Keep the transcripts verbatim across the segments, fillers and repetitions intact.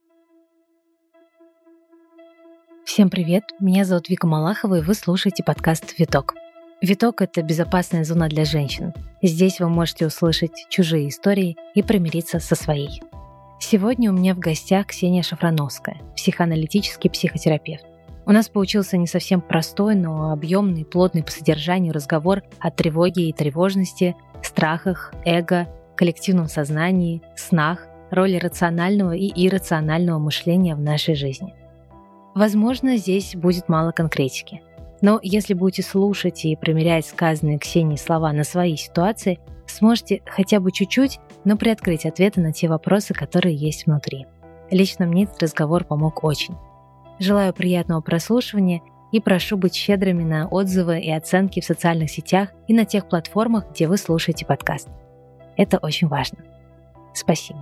Всем привет! Меня зовут Вика Малахова, и вы слушаете подкаст «Виток». «Виток» — это безопасная зона для женщин. Здесь вы можете услышать чужие истории и примириться со своей. Сегодня у меня в гостях Ксения Шафрановская, психоаналитический психотерапевт. У нас получился не совсем простой, но объемный, плотный по содержанию разговор о тревоге и тревожности, страхах, эго, коллективном сознании, снах, роли рационального и иррационального мышления в нашей жизни. Возможно, здесь будет мало конкретики. Но если будете слушать и примерять сказанные Ксенией слова на свои ситуации, сможете хотя бы чуть-чуть, но приоткрыть ответы на те вопросы, которые есть внутри. Лично мне этот разговор помог очень. Желаю приятного прослушивания и прошу быть щедрыми на отзывы и оценки в социальных сетях и на тех платформах, где вы слушаете подкаст. Это очень важно. Спасибо.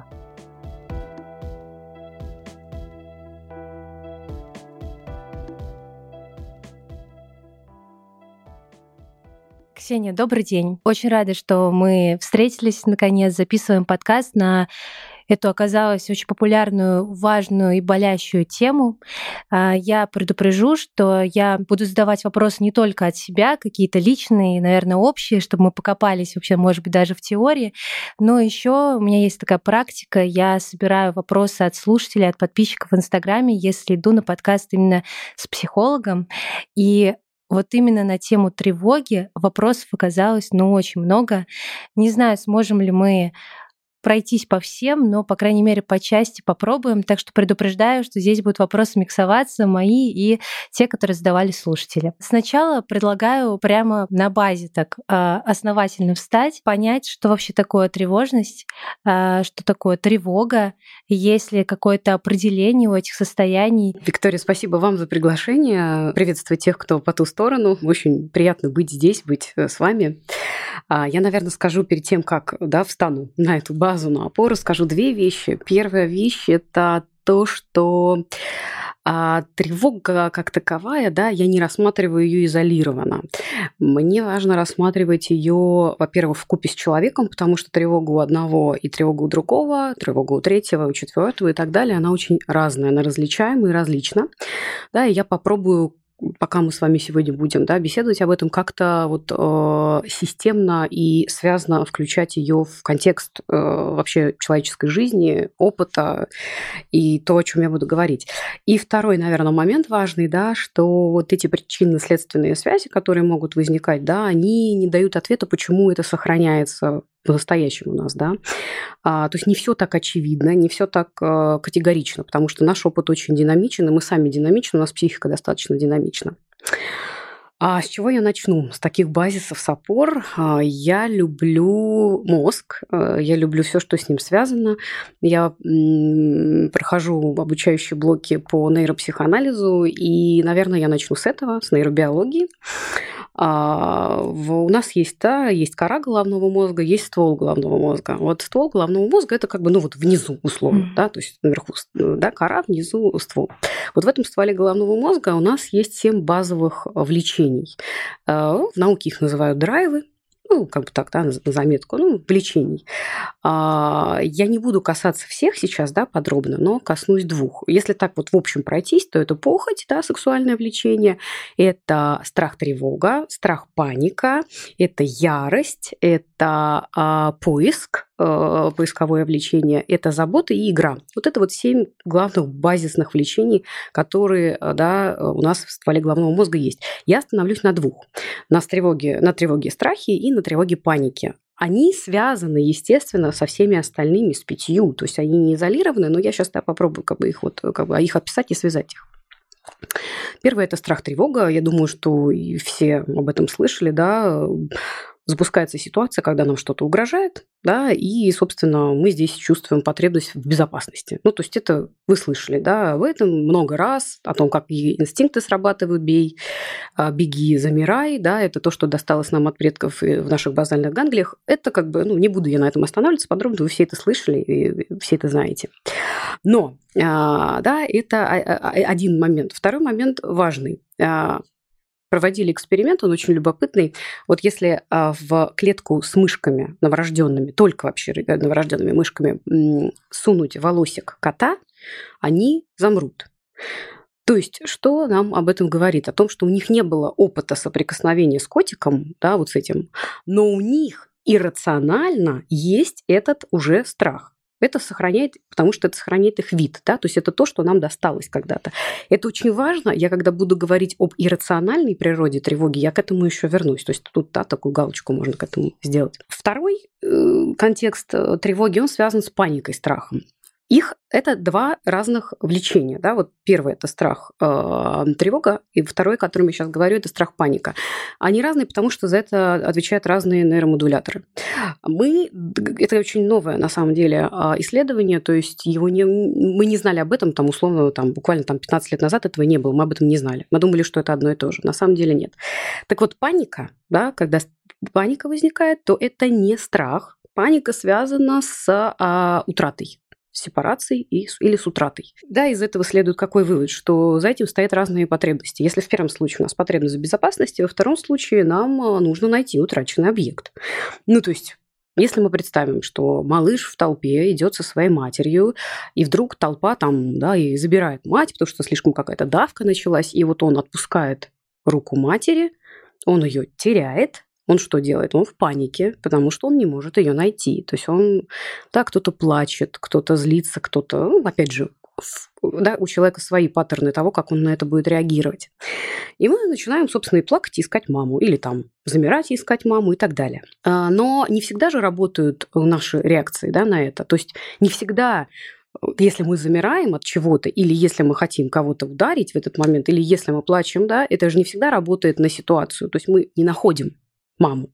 Ксения, добрый день. Очень рада, что мы встретились, наконец, записываем подкаст на эту, оказалось, очень популярную, важную и болящую тему. Я предупрежу, что я буду задавать вопросы не только от себя, какие-то личные, наверное, общие, чтобы мы покопались вообще, может быть, даже в теории, но еще у меня есть такая практика, я собираю вопросы от слушателей, от подписчиков в Инстаграме, если иду на подкаст именно с психологом, и вот именно на тему тревоги вопросов оказалось, ну, очень много. Не знаю, сможем ли мы пройтись по всем, но, по крайней мере, по части попробуем. Так что предупреждаю, что здесь будут вопросы миксоваться, мои и те, которые задавали слушатели. Сначала предлагаю прямо на базе так основательно встать, понять, что вообще такое тревожность, что такое тревога, есть ли какое-то определение у этих состояний. Виктория, спасибо вам за приглашение. Приветствую тех, кто по ту сторону. Очень приятно быть здесь, быть с вами. Я, наверное, скажу перед тем, как да, встану на эту базу, на опору, скажу две вещи. Первая вещь – это то, что а, тревога как таковая, да, я не рассматриваю ее изолированно. Мне важно рассматривать ее, во-первых, вкупе с человеком, потому что тревога у одного и тревога у другого, тревога у третьего, у четвертого и так далее, она очень разная, она различаема и различна. Да, и я попробую, пока мы с вами сегодня будем да, беседовать об этом, как-то вот, э, системно и связано включать ее в контекст э, вообще человеческой жизни, опыта и то, о чем я буду говорить. И второй, наверное, момент важный, да, что вот эти причинно-следственные связи, которые могут возникать, да, они не дают ответа, почему это сохраняется по-настоящему у нас, да. А, то есть не все так очевидно, не все так а, категорично, потому что наш опыт очень динамичен, и мы сами динамичны, у нас психика достаточно динамична. А с чего я начну? С таких базисов, с опор. Я люблю мозг, я люблю все, что с ним связано. Я прохожу обучающие блоки по нейропсихоанализу, и, наверное, я начну с этого, с нейробиологии. А, в, у нас есть, да, есть кора головного мозга, есть ствол головного мозга. Вот ствол головного мозга – это как бы, ну, вот внизу, условно, mm-hmm. да, то есть наверху, да, кора, внизу ствол. Вот в этом стволе головного мозга у нас есть семь базовых влечений. В науке их называют драйвы. Ну, как бы так, да, на заметку, ну, влечений. Я не буду касаться всех сейчас, да, подробно, но коснусь двух. Если так вот в общем пройтись, то это похоть, да, сексуальное влечение, это страх-тревога, страх-паника, это ярость, это а, поиск, а, поисковое влечение, это забота и игра. Вот это вот семь главных базисных влечений, которые, да, у нас в стволе головного мозга есть. Я остановлюсь на двух. На тревоге, на тревоге и страхе и на тревоге паники. Они связаны, естественно, со всеми остальными, с пятью. То есть они не изолированы, но я сейчас да, попробую как бы их, вот, как бы, их описать и связать их. Первое – это страх-тревога. Я думаю, что и все об этом слышали, да. Запускается ситуация, когда нам что-то угрожает, да, и, собственно, мы здесь чувствуем потребность в безопасности. Ну, то есть это вы слышали, да, в этом много раз, о том, как инстинкты срабатывают, бей, беги, замирай, да, это то, что досталось нам от предков в наших базальных ганглиях. Это как бы, ну, не буду я на этом останавливаться подробно, вы все это слышали и все это знаете. Но, да, это один момент. Второй момент важный. Проводили эксперимент, он очень любопытный. Вот если в клетку с мышками новорожденными, только вообще новорожденными мышками, сунуть волосик кота они замрут. То есть, что нам об этом говорит? О том, что у них не было опыта соприкосновения с котиком, да, вот с этим, но у них иррационально есть этот уже страх. Это сохраняет, потому что это сохраняет их вид, да, то есть это то, что нам досталось когда-то. Это очень важно. Я когда буду говорить об иррациональной природе тревоги, я к этому еще вернусь. То есть тут, да, такую галочку можно к этому сделать. Второй э, контекст тревоги, он связан с паникой, страхом. Их это два разных влечения. Да? Вот первый – это страх, э, тревога, и второй, о котором я сейчас говорю, это страх, паника. Они разные, потому что за это отвечают разные нейромодуляторы. Мы, это очень новое, на самом деле, исследование, то есть его не, мы не знали об этом, там, условно, там, буквально там, пятнадцать лет назад этого не было, мы об этом не знали. Мы думали, что это одно и то же. На самом деле нет. Так вот, паника, да, когда паника возникает, то это не страх. Паника связана с а, утратой. С сепарацией и, или с утратой. Да, из этого следует какой вывод, что за этим стоят разные потребности. Если в первом случае у нас потребность в безопасности, во втором случае нам нужно найти утраченный объект. Ну, то есть, если мы представим, что малыш в толпе идет со своей матерью, и вдруг толпа там, да, и забирает мать, потому что слишком какая-то давка началась, и вот он отпускает руку матери, он ее теряет. Он что делает? Он в панике, потому что он не может ее найти. То есть он, да, кто-то плачет, кто-то злится, кто-то, ну, опять же, да, у человека свои паттерны того, как он на это будет реагировать. И мы начинаем, собственно, и плакать, и искать маму, или там замирать и искать маму и так далее. Но не всегда же работают наши реакции, да, на это. То есть не всегда, если мы замираем от чего-то, или если мы хотим кого-то ударить в этот момент, или если мы плачем, да, это же не всегда работает на ситуацию. То есть мы не находим маму.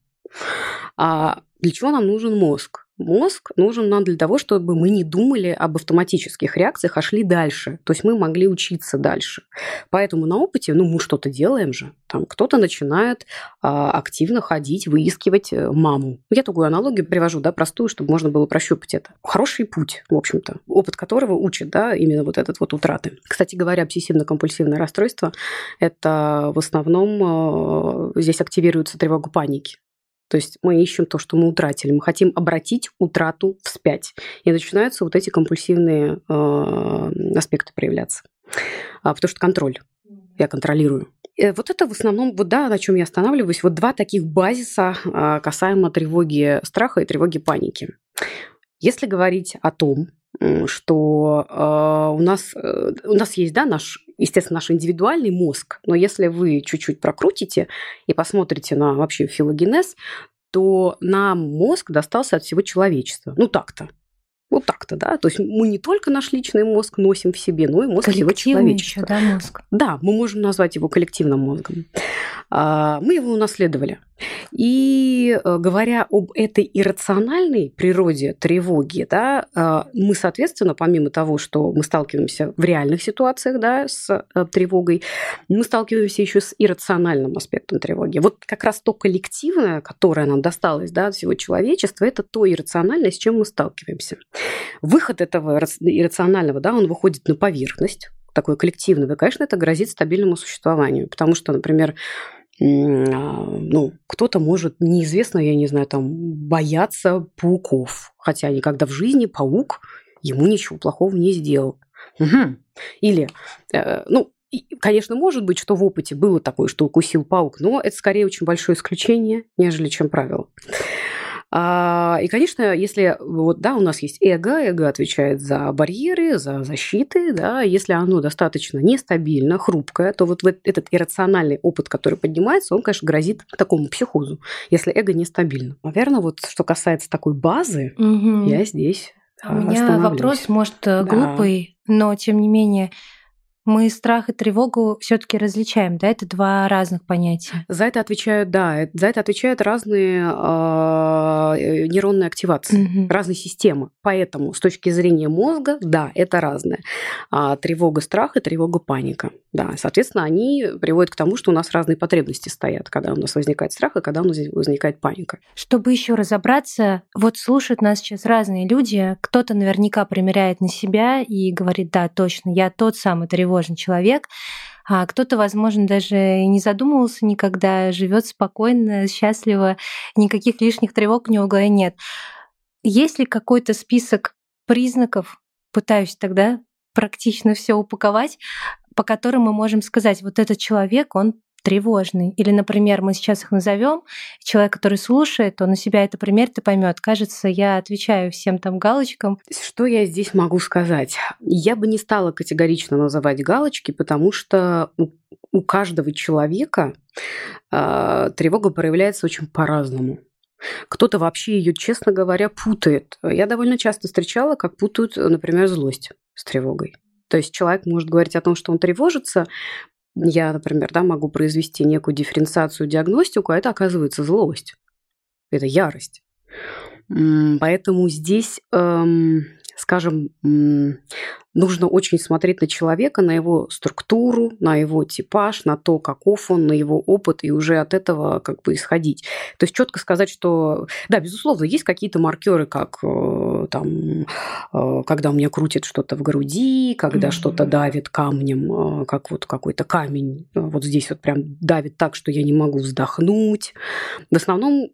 А для чего нам нужен мозг? Мозг нужен нам для того, чтобы мы не думали об автоматических реакциях, а шли дальше. То есть мы могли учиться дальше. Поэтому на опыте, ну, мы что-то делаем же. Там кто-то начинает а, активно ходить, выискивать маму. Я такую аналогию привожу, да, простую, чтобы можно было прощупать это. Хороший путь, в общем-то, опыт которого учит, да, именно вот этот вот утраты. Кстати говоря, обсессивно-компульсивное расстройство – это в основном здесь активируется тревога паники. То есть мы ищем то, что мы утратили. Мы хотим обратить утрату вспять. И начинаются вот эти компульсивные э, аспекты проявляться. А, потому что контроль. Я контролирую. И вот это в основном, вот да, на чем я останавливаюсь. Вот два таких базиса э, касаемо тревоги страха и тревоги паники. Если говорить о том, что э, у, нас, э, у нас есть, да, наш, естественно, наш индивидуальный мозг, но если вы чуть-чуть прокрутите и посмотрите на вообще филогенез, то нам мозг достался от всего человечества. Ну так-то. Вот так-то, да. То есть мы не только наш личный мозг носим в себе, но и мозг всего человечества. Еще, да, мозг. Да, мы можем назвать его коллективным мозгом. Мы его унаследовали. И говоря об этой иррациональной природе тревоги, да, мы, соответственно, помимо того, что мы сталкиваемся в реальных ситуациях, да, с тревогой, мы сталкиваемся еще с иррациональным аспектом тревоги. Вот как раз то коллективное, которое нам досталось, да, от всего человечества, это то иррациональное, с чем мы сталкиваемся. Выход этого иррационального, да, он выходит на поверхность, такой коллективный, и, конечно, это грозит стабильному существованию, потому что, например, ну, кто-то может неизвестно, я не знаю, там, бояться пауков, хотя никогда в жизни паук ему ничего плохого не сделал. Угу. Или, ну, конечно, может быть, что в опыте было такое, что укусил паук, но это скорее очень большое исключение, нежели чем правило. И, конечно, если вот, да, у нас есть эго, эго отвечает за барьеры, за защиты, да, если оно достаточно нестабильно, хрупкое, то вот этот иррациональный опыт, который поднимается, он, конечно, грозит такому психозу, если эго нестабильно. Наверное, вот что касается такой базы, угу. я здесь У меня вопрос, может, да. глупый, но, тем не менее, мы страх и тревогу все-таки различаем, да? Это два разных понятия. За это отвечают, да, за это отвечают разные э, нейронные активации, угу. разные системы. Поэтому с точки зрения мозга, да, это разное. А тревога, страх и тревога, паника. Да, соответственно, они приводят к тому, что у нас разные потребности стоят, когда у нас возникает страх и когда у нас возникает паника. Чтобы еще разобраться, вот слушают нас сейчас разные люди, кто-то наверняка примеряет на себя и говорит, да, точно, я тот самый тревожный человек, а кто-то, возможно, даже не задумывался никогда, живет спокойно, счастливо, никаких лишних тревог у него в голове нет. Есть ли какой-то список признаков, пытаюсь тогда практично все упаковать, по которым мы можем сказать, вот этот человек, он тревожный. Или, например, мы сейчас их назовем. Человек, который слушает, он на себя это примерит и поймет. Кажется, я отвечаю всем там галочкам. Что я здесь могу сказать? Я бы не стала категорично называть галочки, потому что у, у каждого человека э, тревога проявляется очень по-разному. Кто-то вообще ее, честно говоря, путает. Я довольно часто встречала, как путают, например, злость с тревогой. То есть человек может говорить о том, что он тревожится. Я, например, да, могу произвести некую дифференциацию, диагностику, а это оказывается злость. Это ярость. Поэтому здесь, эм, скажем, нужно очень смотреть на человека, на его структуру, на его типаж, на то, каков он, на его опыт, и уже от этого как бы исходить. То есть четко сказать, что, да, безусловно, есть какие-то маркеры, как там, когда у меня крутит что-то в груди, когда mm-hmm. что-то давит камнем, как вот какой-то камень, вот здесь вот прям давит так, что я не могу вздохнуть. В основном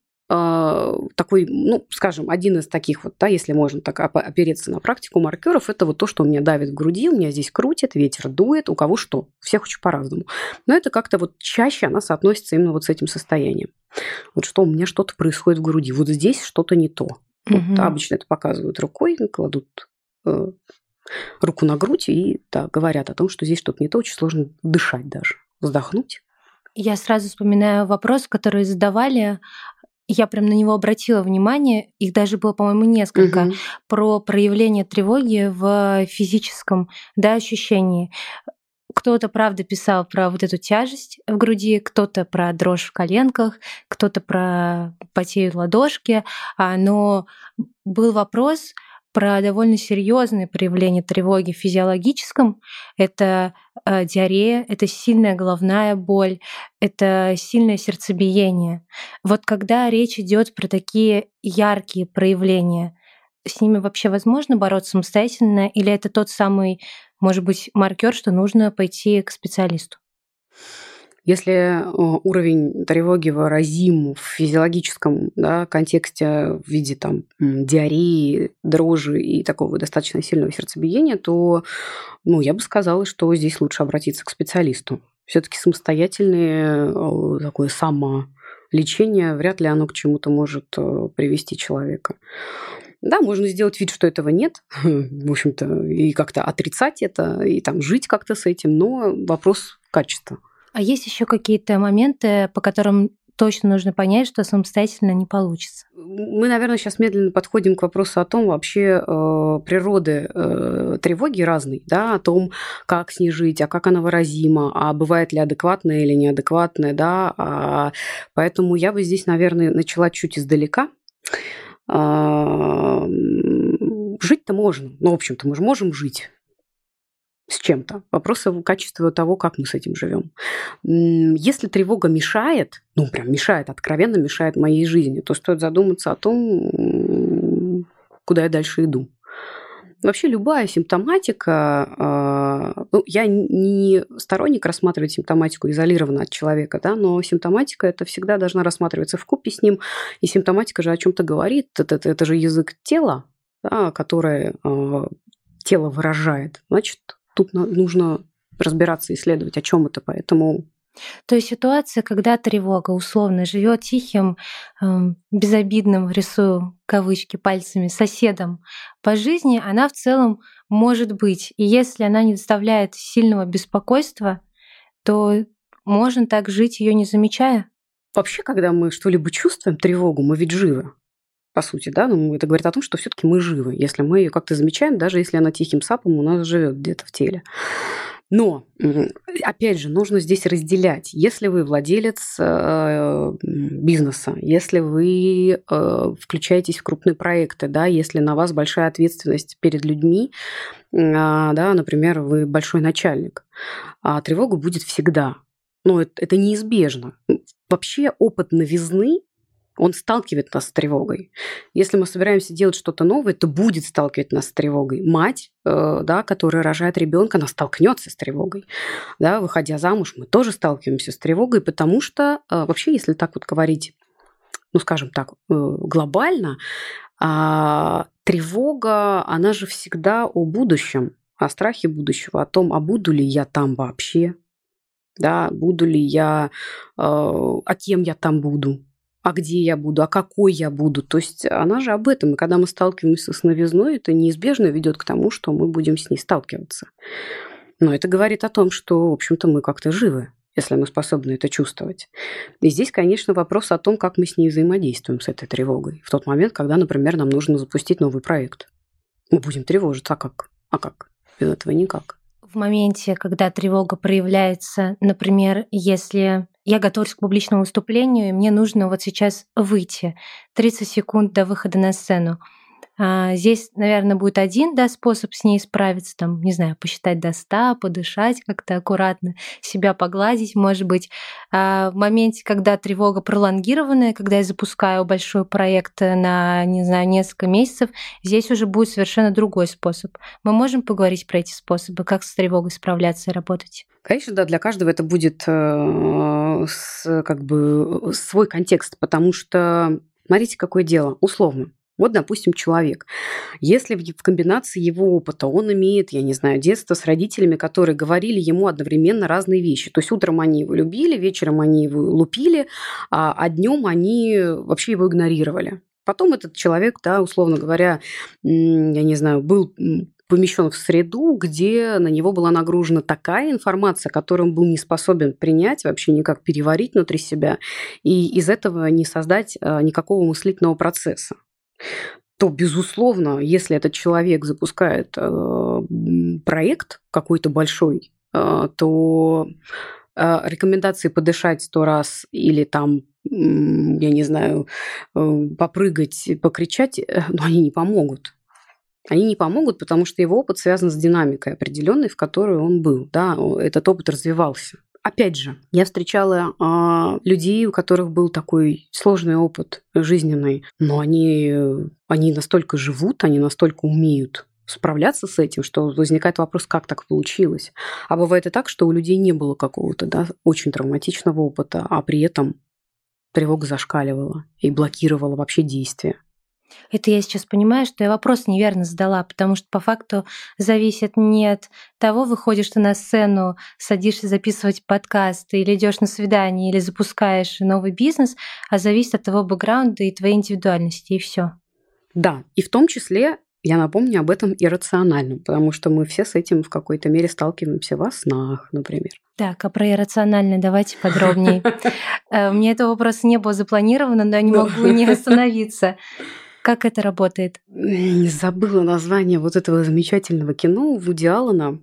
такой, ну, скажем, один из таких вот, да, если можно так опереться на практику маркеров, это вот то, что у меня давит в груди, у меня здесь крутит, ветер дует, у кого что, у всех очень по-разному. Но это как-то вот чаще она соотносится именно вот с этим состоянием. Вот что у меня что-то происходит в груди, вот здесь что-то не то. Вот, mm-hmm. да, обычно это показывают рукой, кладут э, руку на грудь и да, говорят о том, что здесь что-то не то, очень сложно дышать даже, вздохнуть. Я сразу вспоминаю вопрос, который задавали. Я прям на него обратила внимание, их даже было, по-моему, несколько, угу. про проявление тревоги в физическом, да, ощущении. Кто-то, правда, писал про вот эту тяжесть в груди, кто-то про дрожь в коленках, кто-то про потеют ладошки, но был вопрос про довольно серьезные проявления тревоги в физиологическом. Это э, диарея, это сильная головная боль, это сильное сердцебиение. Вот когда речь идет про такие яркие проявления, с ними вообще возможно бороться самостоятельно, или это тот самый, может быть, маркер, что нужно пойти к специалисту? Если уровень тревоги выразим в физиологическом, да, контексте в виде там, диареи, дрожи и такого достаточно сильного сердцебиения, то ну, я бы сказала, что здесь лучше обратиться к специалисту. Все-таки самостоятельное такое самолечение, вряд ли оно к чему-то может привести человека. Да, можно сделать вид, что этого нет, в общем-то, и как-то отрицать это, и там жить как-то с этим, но вопрос качества. А есть еще какие-то моменты, по которым точно нужно понять, что самостоятельно не получится? Мы, наверное, сейчас медленно подходим к вопросу о том вообще э, природы э, тревоги разной, да, о том, как снижить, а как она выразима, а бывает ли адекватная или неадекватная, да, а, поэтому я бы здесь, наверное, начала чуть издалека. А, жить-то можно, ну, в общем-то, мы же можем жить с чем-то. Вопрос в качестве того, как мы с этим живем. Если тревога мешает, ну, прям мешает, откровенно мешает моей жизни, то стоит задуматься о том, куда я дальше иду. Вообще любая симптоматика, ну, я не сторонник рассматривать симптоматику изолированно от человека, да, но симптоматика это всегда должна рассматриваться вкупе с ним, и симптоматика же о чем-то говорит, это, это, это же язык тела, да, которое тело выражает, значит, тут нужно разбираться, исследовать, о чем это, поэтому... То есть ситуация, когда тревога условно живет тихим, безобидным, рисую кавычки пальцами, соседом по жизни, она в целом может быть. И если она не доставляет сильного беспокойства, то можно так жить, ее не замечая. Вообще, когда мы что-либо чувствуем, тревогу, мы ведь живы. По сути, да, ну, это говорит о том, что все-таки мы живы, если мы ее как-то замечаем, даже если она тихим сапом у нас живет где-то в теле. Но, опять же, нужно здесь разделять. Если вы владелец э, бизнеса, если вы э, включаетесь в крупные проекты, да, если на вас большая ответственность перед людьми, э, да, например, вы большой начальник, а тревога будет всегда. Но это, это неизбежно. Вообще опыт новизны, он сталкивает нас с тревогой. Если мы собираемся делать что-то новое, то будет сталкивать нас с тревогой. Мать, э, да, которая рожает ребенка, она столкнется с тревогой. Да, выходя замуж, мы тоже сталкиваемся с тревогой, потому что э, вообще, если так вот говорить, ну, скажем так, э, глобально, э, тревога, она же всегда о будущем. о страхе будущего, о том, а буду ли я там вообще, да, буду ли я, э, а кем я там буду, а где я буду, а какой я буду. То есть она же об этом. И когда мы сталкиваемся с новизной, это неизбежно ведет к тому, что мы будем с ней сталкиваться. Но это говорит о том, что, в общем-то, мы как-то живы, если мы способны это чувствовать. И здесь, конечно, вопрос о том, как мы с ней взаимодействуем, с этой тревогой. В тот момент, когда, например, нам нужно запустить новый проект. Мы будем тревожиться. А как? А как? Без этого никак. В моменте, когда тревога проявляется, например, если я готовлюсь к публичному выступлению, и мне нужно вот сейчас выйти тридцать секунд до выхода на сцену. А здесь, наверное, будет один, да, способ с ней справиться, там, не знаю, посчитать до ста, подышать как-то аккуратно, себя погладить, может быть. А в моменте, когда тревога пролонгированная, когда я запускаю большой проект на, не знаю, несколько месяцев, здесь уже будет совершенно другой способ. Мы можем поговорить про эти способы, как с тревогой справляться и работать? Конечно, да, для каждого это будет э, с, как бы свой контекст, потому что, смотрите, какое дело, условно. Вот, допустим, человек. Если в комбинации его опыта он имеет, я не знаю, детство с родителями, которые говорили ему одновременно разные вещи. То есть утром они его любили, вечером они его лупили, а днем они вообще его игнорировали. Потом этот человек, да, условно говоря, я не знаю, был помещен в среду, где на него была нагружена такая информация, которую он был не способен принять, вообще никак переварить внутри себя, и из этого не создать никакого мыслительного процесса. То, безусловно, если этот человек запускает э, проект какой-то большой, э, то э, рекомендации подышать сто раз или там, э, я не знаю, э, попрыгать, покричать, э, но они не помогут. Они не помогут, потому что его опыт связан с динамикой определенной, в которой он был. Да, этот опыт развивался. Опять же, я встречала э, людей, у которых был такой сложный опыт жизненный, но они, они настолько живут, они настолько умеют справляться с этим, что возникает вопрос, как так получилось. А бывает и так, что у людей не было какого-то, да, очень травматичного опыта, а при этом тревога зашкаливала и блокировала вообще действия. Это я сейчас понимаю, что я вопрос неверно задала, потому что по факту зависит не от того, выходишь ты на сцену, садишься записывать подкаст, или идешь на свидание, или запускаешь новый бизнес, а зависит от твоего бэкграунда и твоей индивидуальности, и все. Да, и в том числе я напомню об этом иррациональном, потому что мы все с этим в какой-то мере сталкиваемся во снах, например. Так, а про иррациональное давайте подробнее. Мне этого вопроса не было запланировано, но я не могу не остановиться. Как это работает? Забыла название вот этого замечательного кино Вуди Аллена.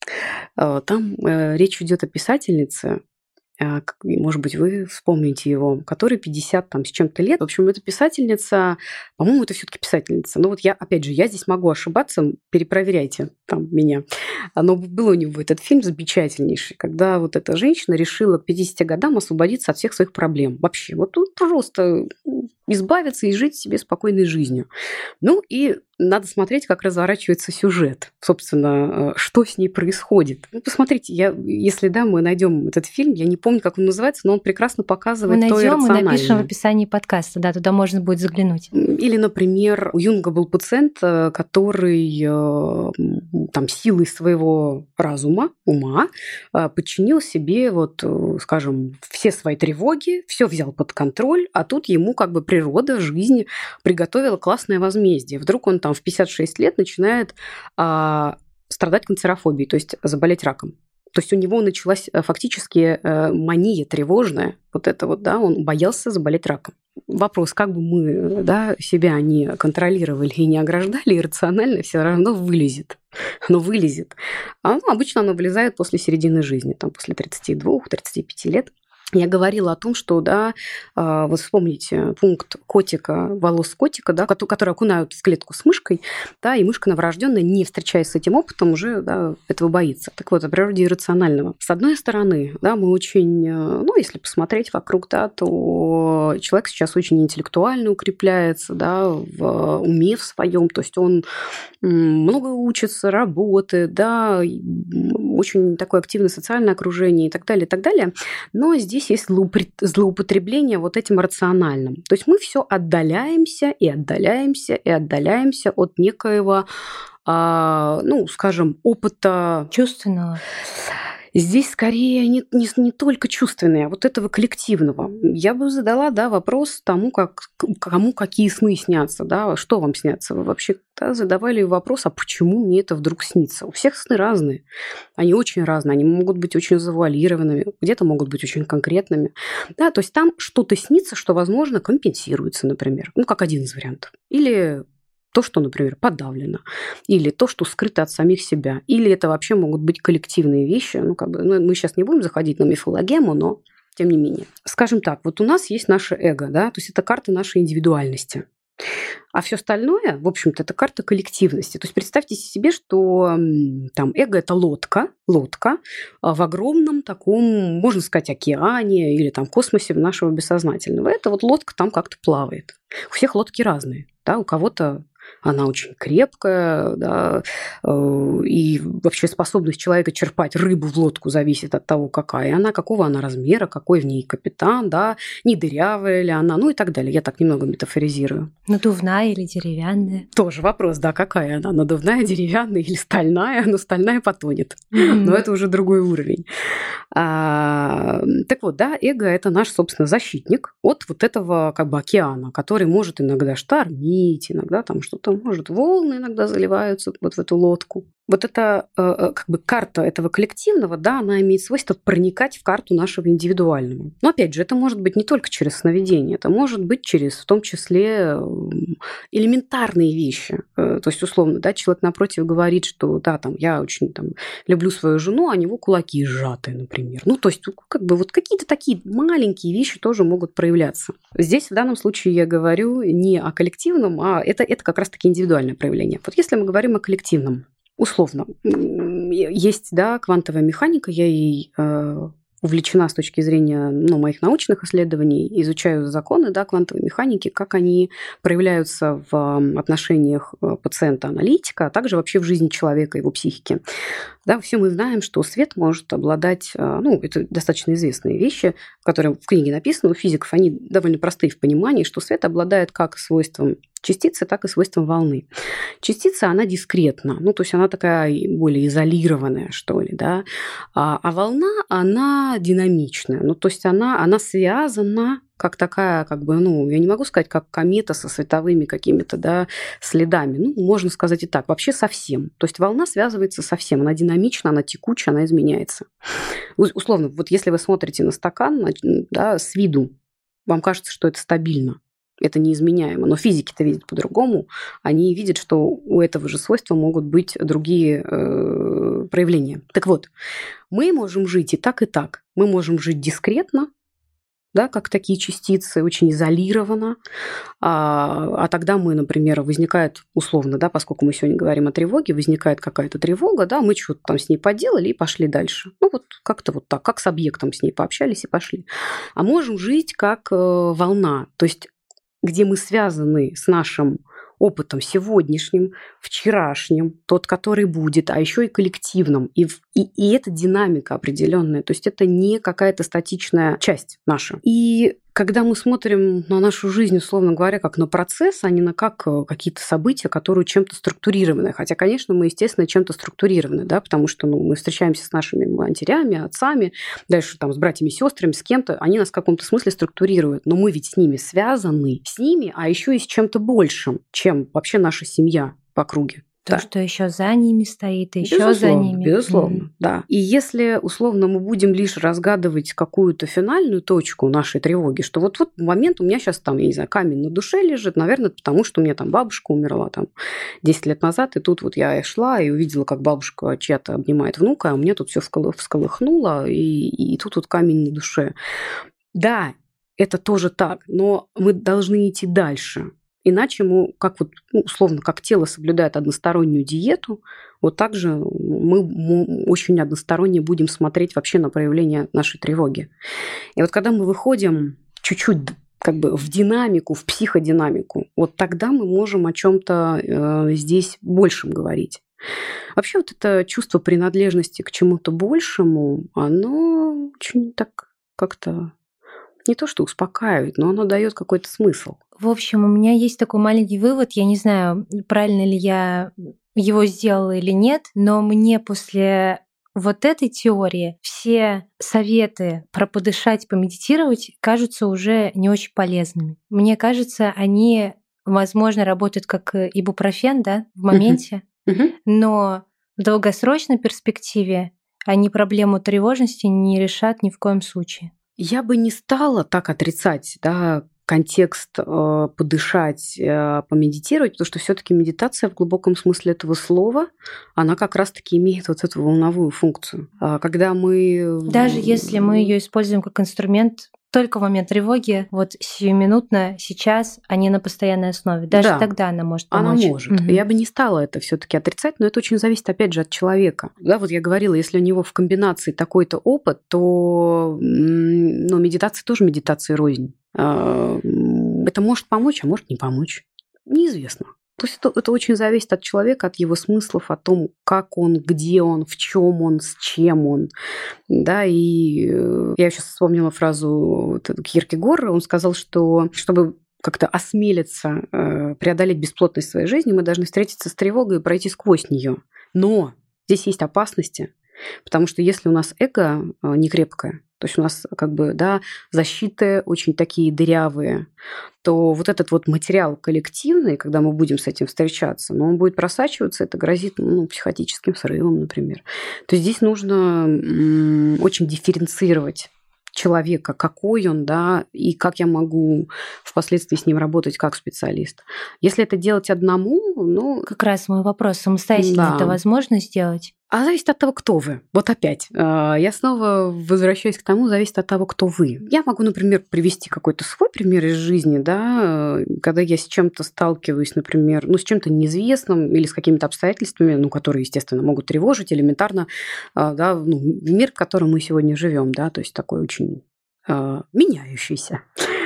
Там речь идет о писательнице, может быть, вы вспомните его, который пятьдесят там, с чем-то лет. В общем, эта писательница, по-моему, это все-таки писательница. Но вот я, опять же, я здесь могу ошибаться, перепроверяйте там меня. Но был у него этот фильм замечательнейший, когда вот эта женщина решила к пятидесяти годам освободиться от всех своих проблем. Вообще, вот тут просто избавиться и жить себе спокойной жизнью. Ну и надо смотреть, как разворачивается сюжет. Собственно, что с ней происходит. Ну, посмотрите, я, если да, мы найдем этот фильм, я не помню, как он называется, но он прекрасно показывает мы то иррациональное. Мы найдем и напишем в описании подкаста, да, туда можно будет заглянуть. Или, например, у Юнга был пациент, который там силой своего разума, ума, подчинил себе, вот, скажем, все свои тревоги, все взял под контроль, а тут ему как бы природа, жизнь приготовила классное возмездие. Вдруг он там в пятьдесят шесть лет начинает а, страдать канцерофобией, то есть заболеть раком. То есть у него началась фактически мания тревожная, вот это вот, да, он боялся заболеть раком. Вопрос, как бы мы, да, себя не контролировали и не ограждали, иррационально все равно вылезет. Оно вылезет. А, ну, обычно оно вылезает после середины жизни, там, после тридцати двух - тридцати пяти лет. Я говорила о том, что, да, вот вспомните пункт котика, волос котика, да, который окунают в клетку с мышкой, да, и мышка новорожденная, не встречаясь с этим опытом, уже, да, этого боится. Так вот, о природе иррационального. С одной стороны, да, мы очень, ну, если посмотреть вокруг, да, то человек сейчас очень интеллектуально укрепляется, да, в уме в своем, то есть он много учится, работает, да, очень такое активное социальное окружение и так далее, и так далее. Но здесь есть злоупотребление вот этим рациональным. То есть мы все отдаляемся и отдаляемся и отдаляемся от некоего а, ну, скажем, опыта... Чувственного. Здесь скорее не, не, не только чувственное, а вот этого коллективного. Я бы задала, да, вопрос тому, как, кому какие сны снятся, да, что вам снятся. Вы вообще да, задавали вопрос, а почему мне это вдруг снится? У всех сны разные. Они очень разные, они могут быть очень завуалированными, где-то могут быть очень конкретными. Да, то есть там что-то снится, что, возможно, компенсируется, например. Ну, как один из вариантов. Или... то, что, например, подавлено, или то, что скрыто от самих себя, или это вообще могут быть коллективные вещи. Ну, как бы, ну, мы сейчас не будем заходить на мифологему, но тем не менее. Скажем так, вот у нас есть наше эго, да, то есть это карта нашей индивидуальности. А все остальное, в общем-то, это карта коллективности. То есть представьте себе, что там эго – это лодка, лодка в огромном таком, можно сказать, океане или там космосе нашего бессознательного. Эта вот лодка там как-то плавает. У всех лодки разные, да, у кого-то она очень крепкая, да, и вообще способность человека черпать рыбу в лодку зависит от того, какая она, какого она размера, какой в ней капитан, да, не дырявая ли она, ну и так далее. Я так немного метафоризирую. Надувная или деревянная? Тоже вопрос, да, какая она, надувная, деревянная или стальная, но стальная потонет. Mm-hmm. Но это уже другой уровень. А, так вот, да, эго – это наш, собственно, защитник от вот этого как бы океана, который может иногда штормить, иногда там что-то может, волны иногда заливаются вот в эту лодку. Вот эта как бы карта этого коллективного, да, она имеет свойство проникать в карту нашего индивидуального. Но опять же, это может быть не только через сновидение, это может быть через, в том числе, элементарные вещи. То есть, условно, да, человек напротив говорит, что да, там, я очень там, люблю свою жену, а у него кулаки сжатые, например. Ну, то есть, как бы вот какие-то такие маленькие вещи тоже могут проявляться. Здесь в данном случае я говорю не о коллективном, а это, это как раз-таки индивидуальное проявление. Вот если мы говорим о коллективном, условно, есть, да, квантовая механика, я ей э, увлечена с точки зрения ну, моих научных исследований, изучаю законы, да, квантовой механики, как они проявляются в отношениях пациента-аналитика, а также вообще в жизни человека, его психики. Да, все мы знаем, что свет может обладать, ну, это достаточно известные вещи, которые в книге написаны, у физиков, они довольно простые в понимании, что свет обладает как свойством частицы, так и свойством волны. Частица, она дискретна, ну, то есть она такая более изолированная, что ли, да, а, а волна, она динамичная, ну, то есть она, она связана как такая, как бы, ну, я не могу сказать, как комета со световыми какими-то, да, следами. Ну, можно сказать и так, вообще со всем. То есть волна связывается со всем, она динамична, она текучая, она изменяется. Условно, вот если вы смотрите на стакан, да, с виду, вам кажется, что это стабильно, это неизменяемо, но физики-то видят по-другому. Они видят, что у этого же свойства могут быть другие э, проявления. Так вот, мы можем жить и так, и так. Мы можем жить дискретно, да, как такие частицы, очень изолированно. А, а тогда мы, например, возникает условно, да, поскольку мы сегодня говорим о тревоге, возникает какая-то тревога, да, мы что-то там с ней поделали и пошли дальше. Ну, вот как-то вот так, как с объектом с ней пообщались и пошли. А можем жить как э, волна, то есть где мы связаны с нашим опытом сегодняшним, вчерашним, тот, который будет, а еще и коллективным. И, и, и это динамика определенная, то есть это не какая-то статичная часть наша. И когда мы смотрим на нашу жизнь, условно говоря, как на процесс, а не на как какие-то события, которые чем-то структурированы. Хотя, конечно, мы, естественно, чем-то структурированы, да, потому что ну, мы встречаемся с нашими матерями, отцами, дальше там с братьями, сестрами, с кем-то, они нас в каком-то смысле структурируют, но мы ведь с ними связаны, с ними, а еще и с чем-то большим, чем вообще наша семья по округе. То, да. что еще за ними стоит, и еще за ними. Безусловно, mm. да. И если, условно, мы будем лишь разгадывать какую-то финальную точку нашей тревоги, что вот вот момент у меня сейчас там, я не знаю, камень на душе лежит, наверное, потому что у меня там бабушка умерла там десять лет назад, и тут вот я шла и увидела, как бабушка чья-то обнимает внука, а у меня тут все всколыхнуло, и, и тут вот камень на душе. Да, это тоже так, но мы должны идти дальше. Иначе мы, как вот, ну, условно, как тело соблюдает одностороннюю диету, вот так же мы, мы очень односторонне будем смотреть вообще на проявление нашей тревоги. И вот когда мы выходим чуть-чуть как бы в динамику, в психодинамику, вот тогда мы можем о чем-то э, здесь большем говорить. Вообще вот это чувство принадлежности к чему-то большему, оно очень так как-то не то что успокаивает, но оно дает какой-то смысл. В общем, у меня есть такой маленький вывод. Я не знаю, правильно ли я его сделала или нет, но мне после вот этой теории все советы про подышать, помедитировать кажутся уже не очень полезными. Мне кажется, они, возможно, работают как ибупрофен, да, в моменте, uh-huh. но в долгосрочной перспективе они проблему тревожности не решат ни в коем случае. Я бы не стала так отрицать, да, контекст э, подышать, э, помедитировать, потому что все-таки медитация в глубоком смысле этого слова, она как раз-таки имеет вот эту волновую функцию. А когда мы... Даже если мы ее используем как инструмент только в момент тревоги, вот сиюминутно, сейчас, а не на постоянной основе. Даже да, тогда она может помочь. Она может. Угу. Я бы не стала это все-таки отрицать, но это очень зависит, опять же, от человека. Да, вот я говорила, если у него в комбинации такой-то опыт, то ну, медитация тоже медитация рознь. Это может помочь, а может не помочь. Неизвестно. То есть это, это очень зависит от человека, от его смыслов, о том, как он, где он, в чем он, с чем он. Да, и я сейчас вспомнила фразу Кьеркегора. Он сказал, что чтобы как-то осмелиться преодолеть бесплотность своей жизни, мы должны встретиться с тревогой и пройти сквозь нее. Но здесь есть опасности, потому что если у нас эго не крепкое, то есть у нас как бы, да, защиты очень такие дырявые, то вот этот вот материал коллективный, когда мы будем с этим встречаться, но он будет просачиваться, это грозит ну, психотическим срывом, например. То есть здесь нужно м- очень дифференцировать человека, какой он, да, и как я могу впоследствии с ним работать как специалист. Если это делать одному, ну... Как раз мой вопрос, самостоятельно да. это возможно сделать? А зависит от того, кто вы. Вот опять. Я снова возвращаюсь к тому, зависит от того, кто вы. Я могу, например, привести какой-то свой пример из жизни, да, когда я с чем-то сталкиваюсь, например, ну, с чем-то неизвестным или с какими-то обстоятельствами, ну, которые, естественно, могут тревожить элементарно, да, ну, мир, в котором мы сегодня живем, да, то есть такой очень э, меняющийся.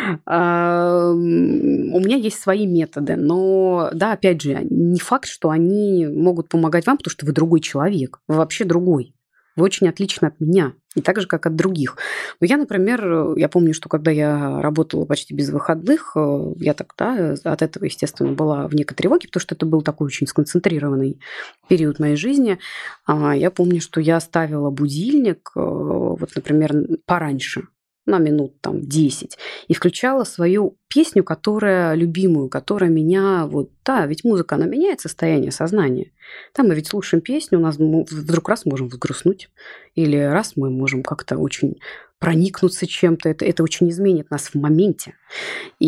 Uh, у меня есть свои методы, но, да, опять же, не факт, что они могут помогать вам, потому что вы другой человек, вы вообще другой. Вы очень отличны от меня, и так же, как от других. Но я, например, я помню, что когда я работала почти без выходных, я так, да, от этого, естественно, была в некой тревоге, потому что это был такой очень сконцентрированный период моей жизни. Я помню, что я ставила будильник, вот, например, пораньше, на минут там десять, и включала свою песню, которая любимую, которая меня вот, да, ведь музыка, она меняет состояние сознания. Там мы ведь слушаем песню, у нас вдруг раз можем взгрустнуть, или раз мы можем как-то очень проникнуться чем-то, это, это очень изменит нас в моменте. И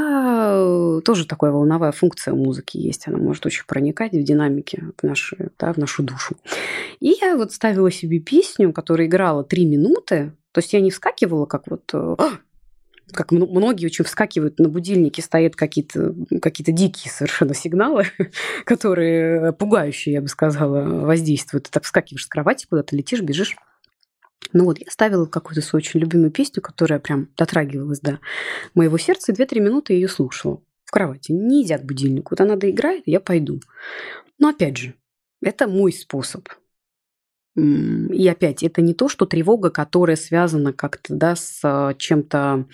я тоже такая волновая функция у музыки есть, она может очень проникать в динамике в, наши, да, в нашу душу. И я вот ставила себе песню, которая играла три минуты, то есть я не вскакивала, как вот, как многие очень вскакивают на будильнике, стоят какие-то, какие-то дикие совершенно сигналы, которые пугающие, я бы сказала, воздействуют. Ты так вскакиваешь с кровати, куда-то летишь, бежишь. Ну вот, я ставила какую-то свою очень любимую песню, которая прям дотрагивалась до моего сердца, и две-три минуты ее слушала в кровати, не идя к будильнику. Вот она доиграет, я пойду. Но опять же, это мой способ. И опять, это не то, что тревога, которая связана как-то, да, с чем-то,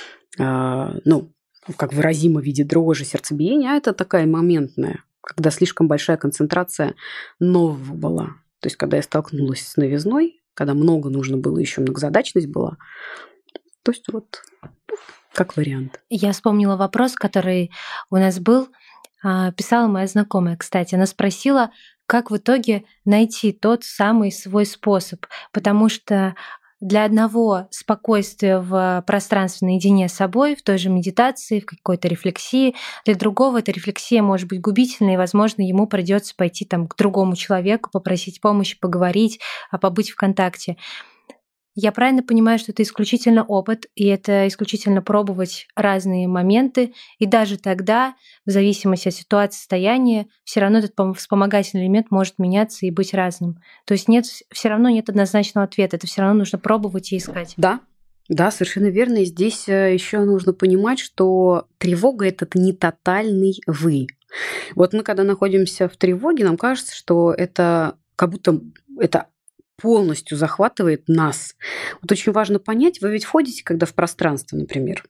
ну, как выразимо в виде дрожи, сердцебиения, а это такая моментная, когда слишком большая концентрация нового была. То есть, когда я столкнулась с новизной, когда много нужно было, еще многозадачность была. То есть, вот как вариант. Я вспомнила вопрос, который у нас был. Писала моя знакомая, кстати. Она спросила, как в итоге найти тот самый свой способ, потому что для одного спокойствия в пространстве наедине с собой, в той же медитации, в какой-то рефлексии, для другого эта рефлексия может быть губительной, и, возможно, ему придется пойти там, к другому человеку, попросить помощи, поговорить, побыть в контакте. Я правильно понимаю, что это исключительно опыт, и это исключительно пробовать разные моменты, и даже тогда, в зависимости от ситуации, состояния, все равно этот вспомогательный элемент может меняться и быть разным. То есть нет, все равно нет однозначного ответа, это все равно нужно пробовать и искать. Да, да, совершенно верно. И здесь еще нужно понимать, что тревога – это не тотальный вы. Вот мы, когда находимся в тревоге, нам кажется, что это как будто это полностью захватывает нас. Вот очень важно понять, вы ведь входите, когда в пространство, например,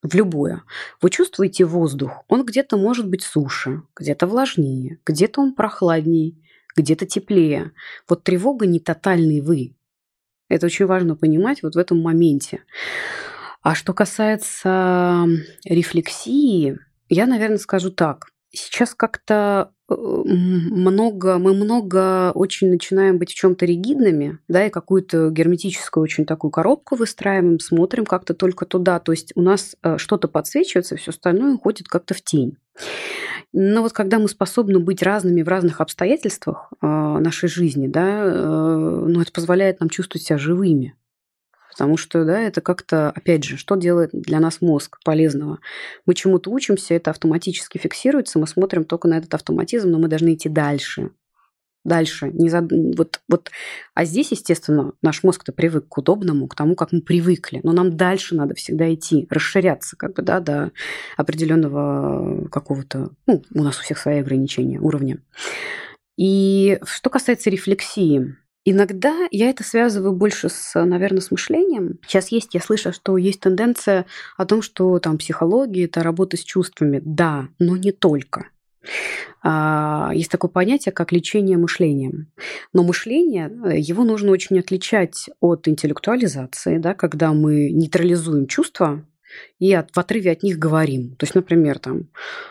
в любое, вы чувствуете воздух, он где-то может быть суше, где-то влажнее, где-то он прохладнее, где-то теплее. Вот тревога не тотальный вы. Это очень важно понимать вот в этом моменте. А что касается рефлексии, я, наверное, скажу так. Сейчас как-то много, мы много очень начинаем быть в чем-то ригидными, да, и какую-то герметическую очень такую коробку выстраиваем, смотрим как-то только туда. То есть у нас что-то подсвечивается, все остальное уходит как-то в тень. Но вот когда мы способны быть разными в разных обстоятельствах нашей жизни, да, ну, это позволяет нам чувствовать себя живыми. Потому что, да, это как-то, опять же, что делает для нас мозг полезного? Мы чему-то учимся, это автоматически фиксируется, мы смотрим только на этот автоматизм, но мы должны идти дальше. Дальше. Не зад... вот, вот. А здесь, естественно, наш мозг-то привык к удобному, к тому, как мы привыкли. Но нам дальше надо всегда идти, расширяться как бы, да, до определенного какого-то... Ну, у нас у всех свои ограничения, уровня. И что касается рефлексии, иногда я это связываю больше с, наверное, с мышлением. Сейчас есть, я слышу, что есть тенденция о том, что там психология – это работа с чувствами. Да, но не только. Есть такое понятие, как лечение мышлением. Но мышление, его нужно очень отличать от интеллектуализации, да, когда мы нейтрализуем чувства и от, в отрыве от них говорим. То есть, например, там,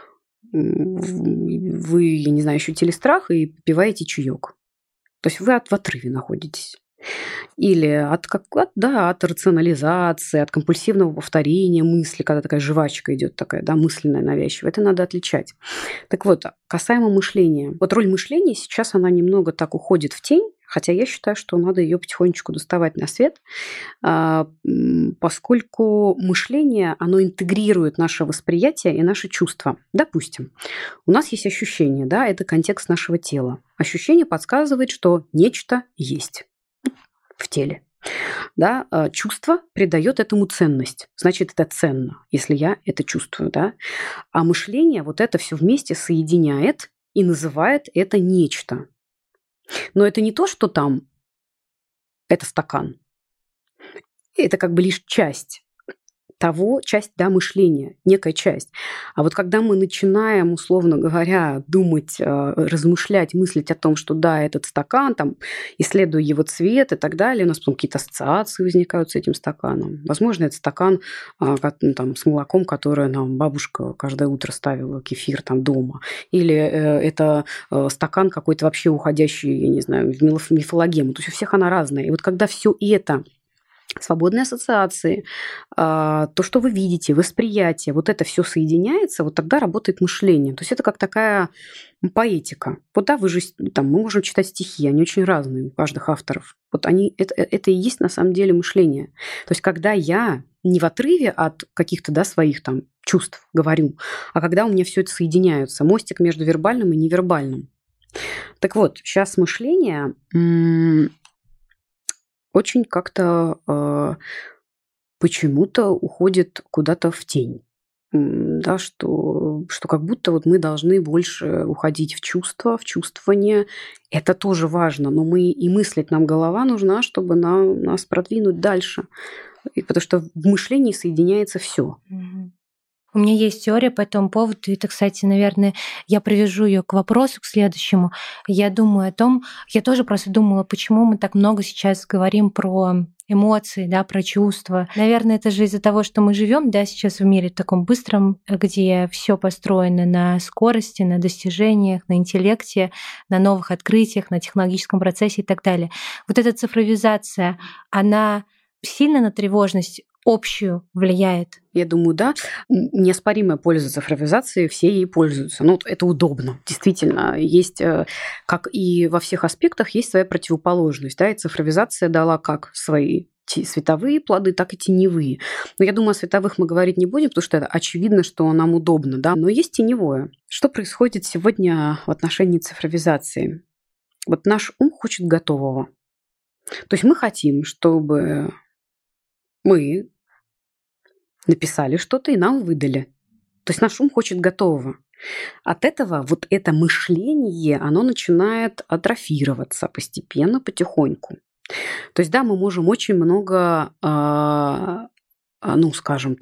вы, я не знаю, ощутили страх и попиваете чаек. То есть вы от, в отрыве находитесь. Или от, как, от, да, от рационализации, от компульсивного повторения мысли, когда такая жвачка идет, такая, да, мысленная, навязчивая. Это надо отличать. Так вот, касаемо мышления. Вот роль мышления сейчас, она немного так уходит в тень, хотя я считаю, что надо ее потихонечку доставать на свет, поскольку мышление, оно интегрирует наше восприятие и наши чувства. Допустим, у нас есть ощущение, да, это контекст нашего тела. Ощущение подсказывает, что нечто есть в теле. Да, чувство придает этому ценность. Значит, это ценно, если я это чувствую. Да? А мышление вот это все вместе соединяет и называет это нечто. Но это не то, что там это стакан. Это как бы лишь часть того, часть, да, мышления, некая часть. А вот когда мы начинаем, условно говоря, думать, размышлять, мыслить о том, что да, этот стакан, там, исследуя его цвет и так далее, у нас потом какие-то ассоциации возникают с этим стаканом. Возможно, это стакан там, с молоком, которое нам бабушка каждое утро ставила, кефир там дома. Или это стакан какой-то вообще уходящий, я не знаю, в мифологему. То есть у всех она разная. И вот когда все это свободные ассоциации, то, что вы видите, восприятие, вот это все соединяется, вот тогда работает мышление. То есть это как такая поэтика. Вот да, вы же, там, мы можем читать стихи, они очень разные у каждых авторов. Вот они, это, это и есть на самом деле мышление. То есть когда я не в отрыве от каких-то, да, своих там чувств говорю, а когда у меня все это соединяется, мостик между вербальным и невербальным. Так вот, сейчас мышление очень как-то э, почему-то уходит куда-то в тень. Да, что, что как будто вот мы должны больше уходить в чувства, в чувствование. Это тоже важно, но мы и мыслить нам голова нужна, чтобы нам, нас продвинуть дальше. И потому что в мышлении соединяется все. У меня есть теория по этому поводу, и это, кстати, наверное, я привяжу ее к вопросу, к следующему. Я думаю о том, я тоже просто думала, почему мы так много сейчас говорим про эмоции, да, про чувства. Наверное, это же из-за того, что мы живем, да, сейчас в мире таком быстром, где все построено на скорости, на достижениях, на интеллекте, на новых открытиях, на технологическом процессе и так далее. Вот эта цифровизация, она сильно на тревожность общую влияет? Я думаю, да. Неоспоримая польза цифровизации, все ей пользуются. Ну, это удобно, действительно. Есть, как и во всех аспектах, есть своя противоположность. Да? И цифровизация дала как свои световые плоды, так и теневые. Но я думаю, о световых мы говорить не будем, потому что это очевидно, что нам удобно. Да? Но есть теневое. Что происходит сегодня в отношении цифровизации? Вот наш ум хочет готового. То есть мы хотим, чтобы мы написали что-то и нам выдали. То есть наш ум хочет готового. От этого вот это мышление, оно начинает атрофироваться постепенно, потихоньку. То есть да, мы можем очень много, ну, скажем так,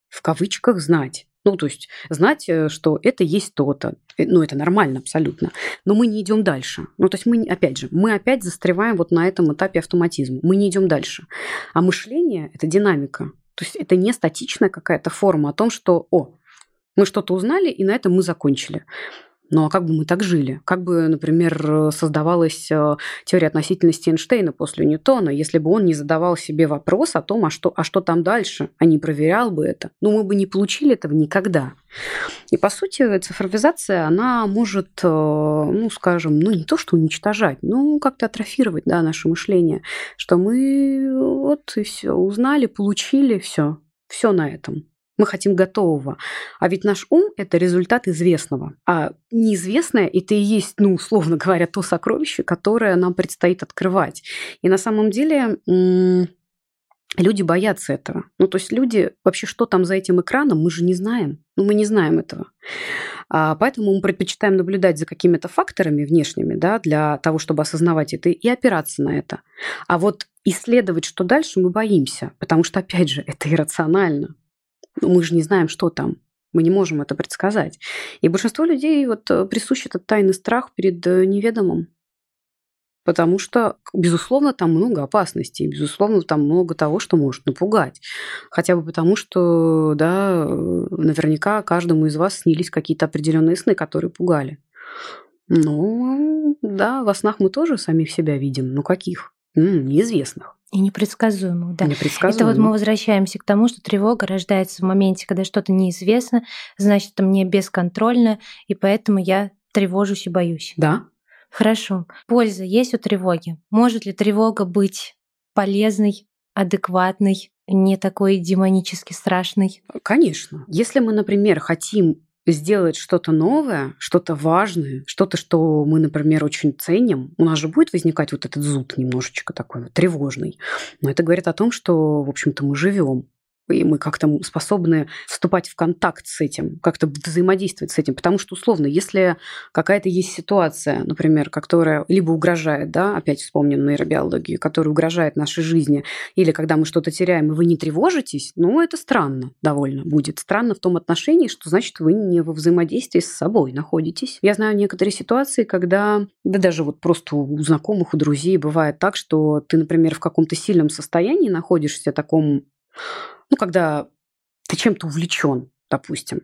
в кавычках знать. Ну, то есть знать, что это есть то-то. Ну, это нормально абсолютно. Но мы не идем дальше. Ну, то есть мы, опять же, мы опять застреваем вот на этом этапе автоматизма. Мы не идем дальше. А мышление – это динамика. То есть это не статичная какая-то форма о том, что, о, мы что-то узнали, и на этом мы закончили. Ну, а как бы мы так жили? Как бы, например, создавалась теория относительности Эйнштейна после Ньютона, если бы он не задавал себе вопрос о том, а что, а что там дальше, а не проверял бы это? Ну, мы бы не получили этого никогда. И, по сути, цифровизация, она может, ну, скажем, ну, не то что уничтожать, но как-то атрофировать, да, наше мышление, что мы вот и все узнали, получили, все, все на этом. Мы хотим готового. А ведь наш ум – это результат известного. А неизвестное – это и есть, ну, условно говоря, то сокровище, которое нам предстоит открывать. И на самом деле люди боятся этого. Ну, то есть люди, вообще, что там за этим экраном, мы же не знаем. Ну, мы не знаем этого. А поэтому мы предпочитаем наблюдать за какими-то факторами внешними, да, для того, чтобы осознавать это и опираться на это. А вот исследовать, что дальше, мы боимся, потому что, опять же, это иррационально. Но мы же не знаем, что там. Мы не можем это предсказать. И большинство людей вот присущ этот тайный страх перед неведомым. Потому что, безусловно, там много опасностей. Безусловно, там много того, что может напугать. Хотя бы потому, что, да, наверняка каждому из вас снились какие-то определенные сны, которые пугали. Ну, да, во снах мы тоже самих себя видим. Ну, каких? М-м, неизвестных. И непредсказуемых, да. Непредсказуемых. Это вот мы возвращаемся к тому, что тревога рождается в моменте, когда что-то неизвестно, значит, это мне бесконтрольно, и поэтому я тревожусь и боюсь. Да. Хорошо. Польза есть у тревоги? Может ли тревога быть полезной, адекватной, не такой демонически страшной? Конечно. Если мы, например, хотим сделать что-то новое, что-то важное, что-то, что мы, например, очень ценим, у нас же будет возникать вот этот зуд немножечко такой вот тревожный. Но это говорит о том, что, в общем-то, мы живем. И мы как-то способны вступать в контакт с этим, как-то взаимодействовать с этим. Потому что, условно, если какая-то есть ситуация, например, которая либо угрожает, да, опять вспомним нейробиологию, которая угрожает нашей жизни, или когда мы что-то теряем, и вы не тревожитесь, ну, это странно довольно будет. Странно в том отношении, что, значит, вы не во взаимодействии с собой находитесь. Я знаю некоторые ситуации, когда, да даже вот просто у знакомых, у друзей бывает так, что ты, например, в каком-то сильном состоянии находишься, таком, ну, когда ты чем-то увлечен, допустим,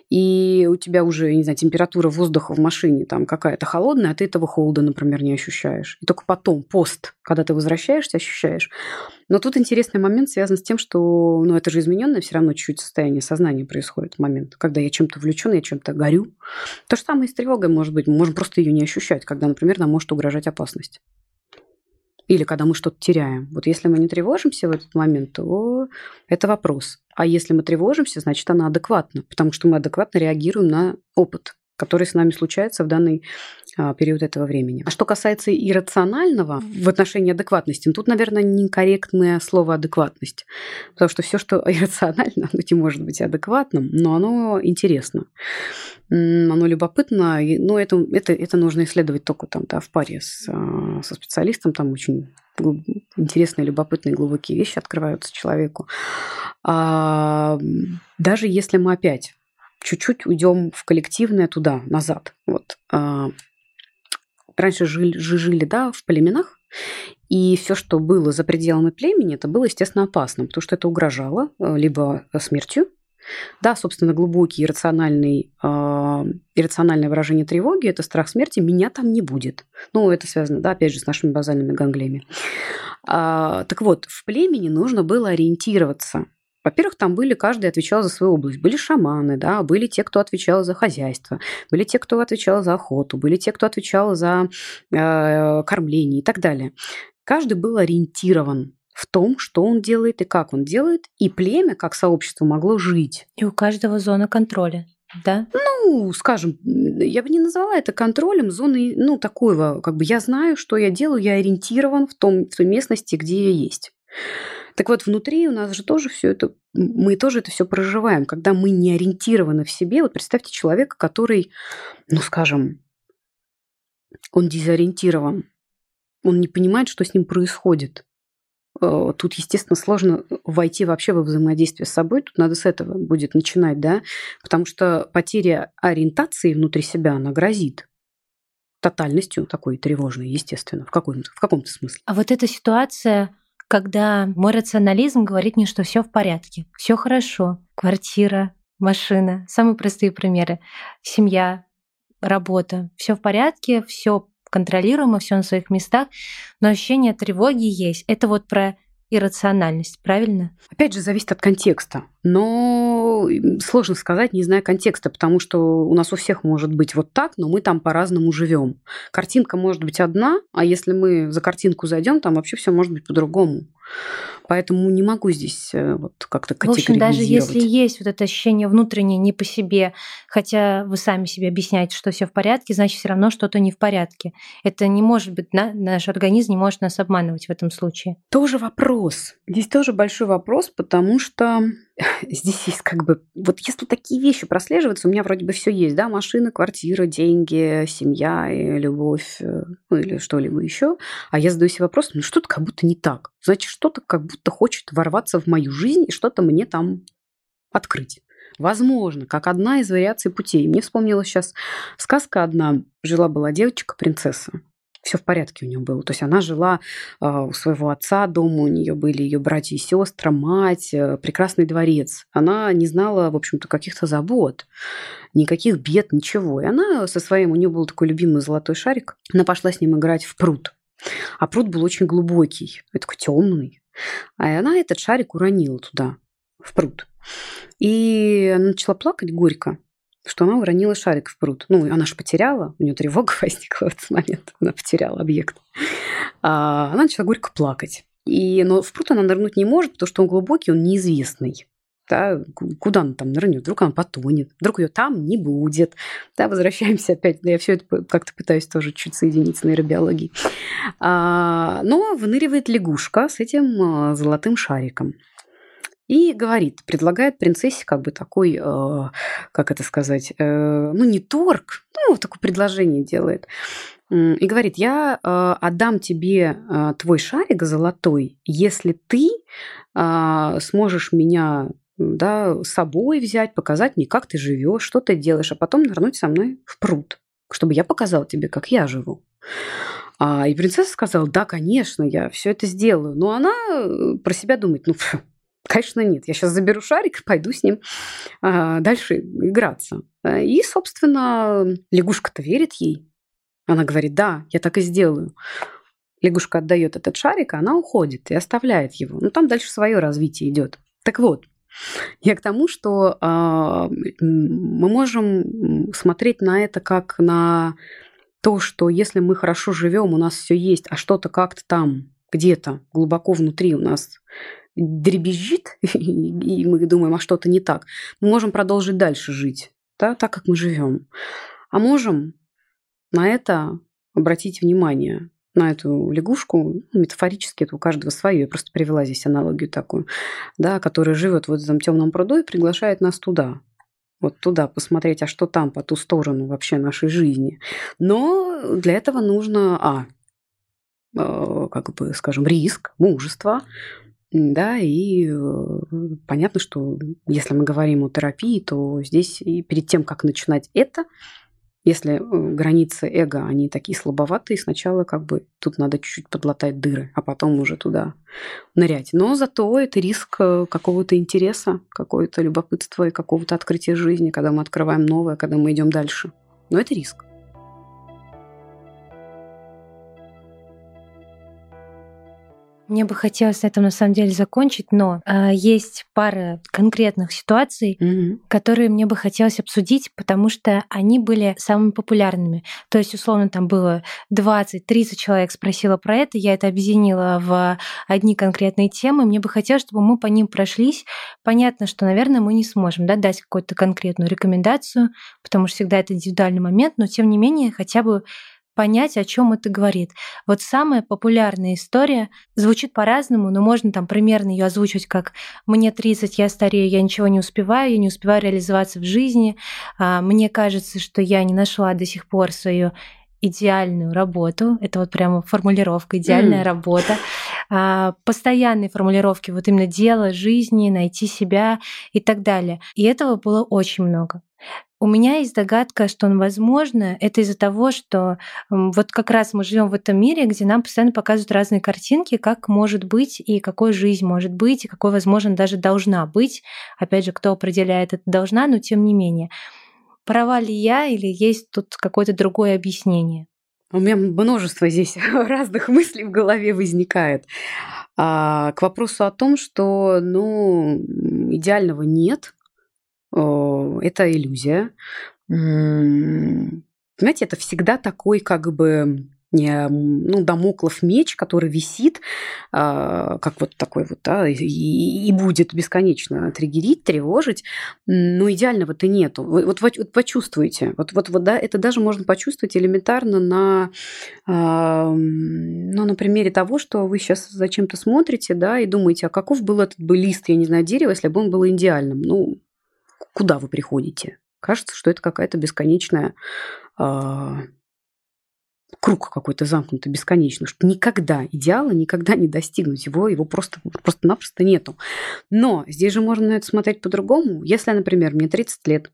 и у тебя уже, не знаю, температура воздуха в машине там какая-то холодная, а ты этого холода, например, не ощущаешь. И только потом, пост, когда ты возвращаешься, ощущаешь. Но тут интересный момент связан с тем, что, ну, это же измененное все равно чуть-чуть состояние сознания происходит в момент, когда я чем-то увлечен, я чем-то горю. То же самое и с тревогой может быть. Мы можем просто ее не ощущать, когда, например, нам может угрожать опасность. Или когда мы что-то теряем. Вот если мы не тревожимся в этот момент, то это вопрос. А если мы тревожимся, значит, она адекватна, потому что мы адекватно реагируем на опыт, который с нами случается в данный а, период этого времени. А что касается иррационального в отношении адекватности, тут, наверное, некорректное слово «адекватность», потому что все, что иррационально, оно не может быть адекватным, но оно интересно. Оно любопытно, но это, это, это нужно исследовать только там, да, в паре с, со специалистом. Там очень интересные, любопытные, глубокие вещи открываются человеку. А, даже если мы опять чуть-чуть уйдем в коллективное туда, назад. Вот. А, раньше жили, жили, да, в племенах, и все, что было за пределами племени, это было, естественно, опасно, потому что это угрожало либо смертью. Да, собственно, глубокий иррациональный, э, иррациональное выражение тревоги – это страх смерти, меня там не будет. Ну, это связано, да, опять же, с нашими базальными ганглиями. А, так вот, в племени нужно было ориентироваться. Во-первых, там были, каждый отвечал за свою область. Были шаманы, да, были те, кто отвечал за хозяйство, были те, кто отвечал за охоту, были те, кто отвечал за э, кормление и так далее. Каждый был ориентирован в том, что он делает и как он делает, и племя, как сообщество, могло жить. И у каждого зона контроля, да? Ну, скажем, я бы не назвала это контролем, зоной, ну, такого, как бы я знаю, что я делаю, я ориентирован в, том, в той местности, где я есть. Так вот, внутри у нас же тоже все это, мы тоже это все проживаем. Когда мы не ориентированы в себе, вот представьте человека, который, ну, скажем, он дезориентирован, он не понимает, что с ним происходит. тут, естественно, сложно войти вообще во взаимодействие с собой. Тут надо с этого будет начинать, да, потому что потеря ориентации внутри себя, она грозит тотальностью такой тревожной, естественно, в каком-то, в каком-то смысле. А вот эта ситуация, когда мой рационализм говорит мне, что все в порядке, все хорошо, квартира, машина, самые простые примеры, семья, работа, все в порядке, все контролируемо, все на своих местах, но ощущение тревоги есть. Это вот про иррациональность, правильно? Опять же, зависит от контекста. Но сложно сказать, не зная контекста, потому что у нас у всех может быть вот так, но мы там по-разному живем. Картинка может быть одна, а если мы за картинку зайдем, там вообще все может быть по-другому. Поэтому не могу здесь вот как-то категоризировать. В общем, даже если есть вот это ощущение внутреннее не по себе, хотя вы сами себе объясняете, что все в порядке, значит, все равно что-то не в порядке. Это не может быть, на, наш организм не может нас обманывать в этом случае. Тоже вопрос. Здесь тоже большой вопрос, потому что здесь есть как бы... Вот если такие вещи прослеживаются, у меня вроде бы все есть, да, машина, квартира, деньги, семья, и любовь, ну или что-либо еще. А я задаю себе вопрос, ну что-то как будто не так. Значит, что-то как будто хочет ворваться в мою жизнь и что-то мне там открыть. Возможно, как одна из вариаций путей. Мне вспомнилась сейчас сказка одна. Жила-была девочка-принцесса. Все в порядке у нее было. То есть она жила э, у своего отца дома, у нее были ее братья и сестры, мать, э, прекрасный дворец. Она не знала, в общем-то, каких-то забот, никаких бед, ничего. И она со своим, у нее был такой любимый золотой шарик, она пошла с ним играть в пруд. А пруд был очень глубокий, такой темный. А она этот шарик уронила туда, в пруд. И она начала плакать горько, что она уронила шарик в пруд. Ну, она же потеряла, у нее тревога возникла в этот момент, она потеряла объект. А она начала горько плакать. И, но в пруд она нырнуть не может, потому что он глубокий, он неизвестный. Да, куда она там нырнет? Вдруг она потонет, вдруг ее там не будет. Да, возвращаемся опять. Я все это как-то пытаюсь тоже чуть соединить с нейробиологией. А, но выныривает лягушка с этим золотым шариком. И говорит, предлагает принцессе как бы такой, э, как это сказать, э, ну не торг, ну такое предложение делает. И говорит, я э, отдам тебе э, твой шарик золотой, если ты э, сможешь меня, да, с собой взять, показать мне, как ты живешь, что ты делаешь, а потом нырнуть со мной в пруд, чтобы я показала тебе, как я живу. А, и принцесса сказала, да, конечно, я все это сделаю. Но она про себя думает, ну, конечно, нет. Я сейчас заберу шарик и пойду с ним а, дальше играться. И, собственно, лягушка-то верит ей. Она говорит, да, я так и сделаю. Лягушка отдает этот шарик, а она уходит и оставляет его. Ну, там дальше свое развитие идет. Так вот, я к тому, что а, мы можем смотреть на это как на то, что если мы хорошо живем, у нас все есть, а что-то как-то там, где-то глубоко внутри у нас дребезжит, и мы думаем, а что-то не так, мы можем продолжить дальше жить, да, так, как мы живем. А можем на это обратить внимание, на эту лягушку, метафорически это у каждого свое, я просто привела здесь аналогию такую, да, которая живет в этом темном пруду и приглашает нас туда. Вот туда посмотреть, а что там по ту сторону вообще нашей жизни. Но для этого нужно, а, э, как бы, скажем, риск, мужество, да, и э, понятно, что если мы говорим о терапии, то здесь и перед тем, как начинать это, если границы эго, они такие слабоватые, сначала как бы тут надо чуть-чуть подлатать дыры, а потом уже туда нырять. Но зато это риск какого-то интереса, какое-то любопытство и какого-то открытия жизни, когда мы открываем новое, когда мы идем дальше. Но это риск. Мне бы хотелось на этом на самом деле закончить, но э, есть пара конкретных ситуаций, mm-hmm. которые мне бы хотелось обсудить, потому что они были самыми популярными. То есть, условно, там было двадцать-тридцать человек спросило про это, я это объединила в одни конкретные темы. Мне бы хотелось, чтобы мы по ним прошлись. Понятно, что, наверное, мы не сможем, да, дать какую-то конкретную рекомендацию, потому что всегда это индивидуальный момент, но тем не менее хотя бы понять, о чем это говорит. Вот самая популярная история звучит по-разному, но можно там примерно ее озвучивать как «мне тридцать, я старею, я ничего не успеваю, я не успеваю реализоваться в жизни, мне кажется, что я не нашла до сих пор свою идеальную работу». Это вот прямо формулировка «идеальная mm. работа». а, постоянные формулировки, вот именно дело жизни, найти себя и так далее. И этого было очень много. У меня есть догадка, что, возможно, это из-за того, что вот как раз мы живем в этом мире, где нам постоянно показывают разные картинки, как может быть и какой жизнь может быть, и какой, возможно, даже должна быть. Опять же, кто определяет это должна, но тем не менее. Права ли я или есть тут какое-то другое объяснение? У меня множество здесь разных мыслей в голове возникает. А, к вопросу о том, что ну, идеального нет, это иллюзия. Понимаете, это всегда такой как бы ну, дамоклов меч, который висит, как вот такой вот, да, и, и будет бесконечно триггерить, тревожить, но идеального-то нету. Вы, вот, вот почувствуйте, вот, вот, вот, да, это даже можно почувствовать элементарно на, ну, на примере того, что вы сейчас зачем-то смотрите, да, и думаете, а каков был этот бы лист, я не знаю, дерева, если бы он был идеальным. Ну, куда вы приходите? Кажется, что это какая-то бесконечная... круг какой-то замкнутый, бесконечный, что никогда идеала никогда не достигнуть, его, его просто, просто-напросто нету. Но здесь же можно на это смотреть по-другому. Если, например, мне тридцать лет,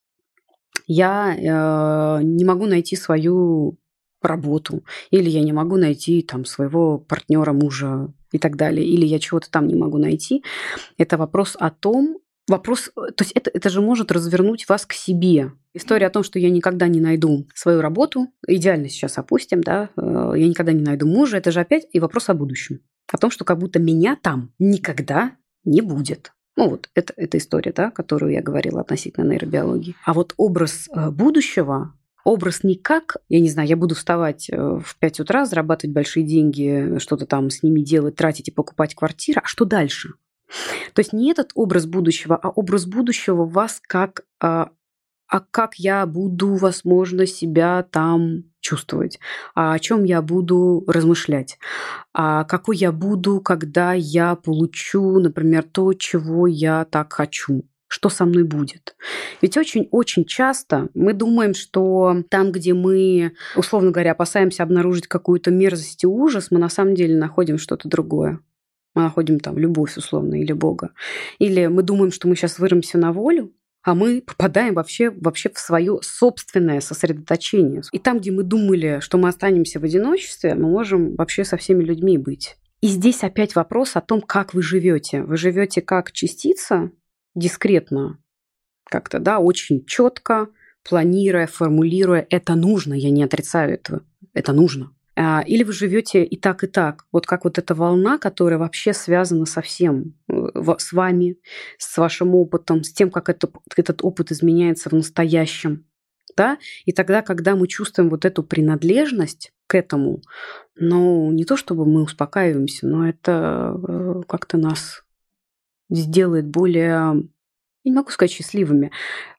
я э, не могу найти свою работу, или я не могу найти там своего партнера, мужа и так далее, или я чего-то там не могу найти, это вопрос о том, Вопрос, то есть это, это же может развернуть вас к себе. История о том, что я никогда не найду свою работу, идеально сейчас опустим, да, я никогда не найду мужа, это же опять и вопрос о будущем. О том, что как будто меня там никогда не будет. Ну вот, это, это история, да, которую я говорила относительно нейробиологии. А вот образ будущего, образ не как, я не знаю, я буду вставать в пять утра, зарабатывать большие деньги, что-то там с ними делать, тратить и покупать квартиру, а что дальше? То есть не этот образ будущего, а образ будущего вас как, а, а как я буду, возможно, себя там чувствовать, а о чем я буду размышлять, а какой я буду, когда я получу, например, то, чего я так хочу. Что со мной будет? Ведь очень-очень часто мы думаем, что там, где мы, условно говоря, опасаемся обнаружить какую-то мерзость и ужас, мы на самом деле находим что-то другое. Мы находим там любовь, условно, или Бога. Или мы думаем, что мы сейчас вырвемся на волю, а мы попадаем вообще, вообще в свое собственное сосредоточение. И там, где мы думали, что мы останемся в одиночестве, мы можем вообще со всеми людьми быть. И здесь опять вопрос о том, как вы живете. Вы живете как частица, дискретно, как-то, да, очень четко, планируя, формулируя. Это нужно, я не отрицаю этого. Это нужно. Или вы живете и так, и так. Вот как вот эта волна, которая вообще связана со всем, с вами, с вашим опытом, с тем, как это, этот опыт изменяется в настоящем. Да? И тогда, когда мы чувствуем вот эту принадлежность к этому, ну, не то чтобы мы успокаиваемся, но это как-то нас сделает более... Я не могу сказать счастливыми,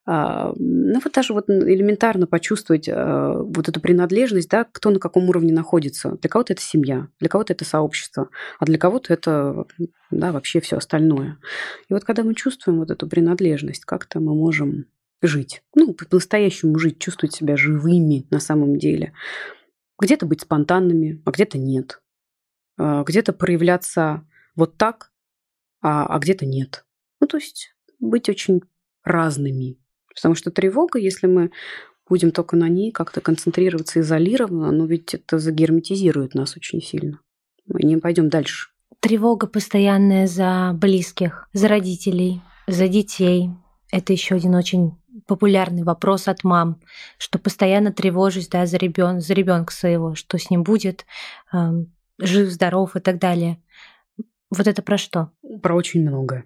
но вот даже вот элементарно почувствовать вот эту принадлежность, да, кто на каком уровне находится. Для кого-то это семья, для кого-то это сообщество, а для кого-то это, да, вообще все остальное. И вот когда мы чувствуем вот эту принадлежность, как-то мы можем жить, ну, по-настоящему жить, чувствовать себя живыми на самом деле. Где-то быть спонтанными, а где-то нет. Где-то проявляться вот так, а, а где-то нет. Ну, то есть быть очень разными. Потому что тревога, если мы будем только на ней как-то концентрироваться изолированно, но ведь это загерметизирует нас очень сильно. Мы не пойдем дальше. Тревога постоянная за близких, за родителей, за детей. Это еще один очень популярный вопрос от мам, что постоянно тревожусь, да, за ребен... за ребенка своего, что с ним будет, э, жив, здоров и так далее. Вот это про что? Про очень многое.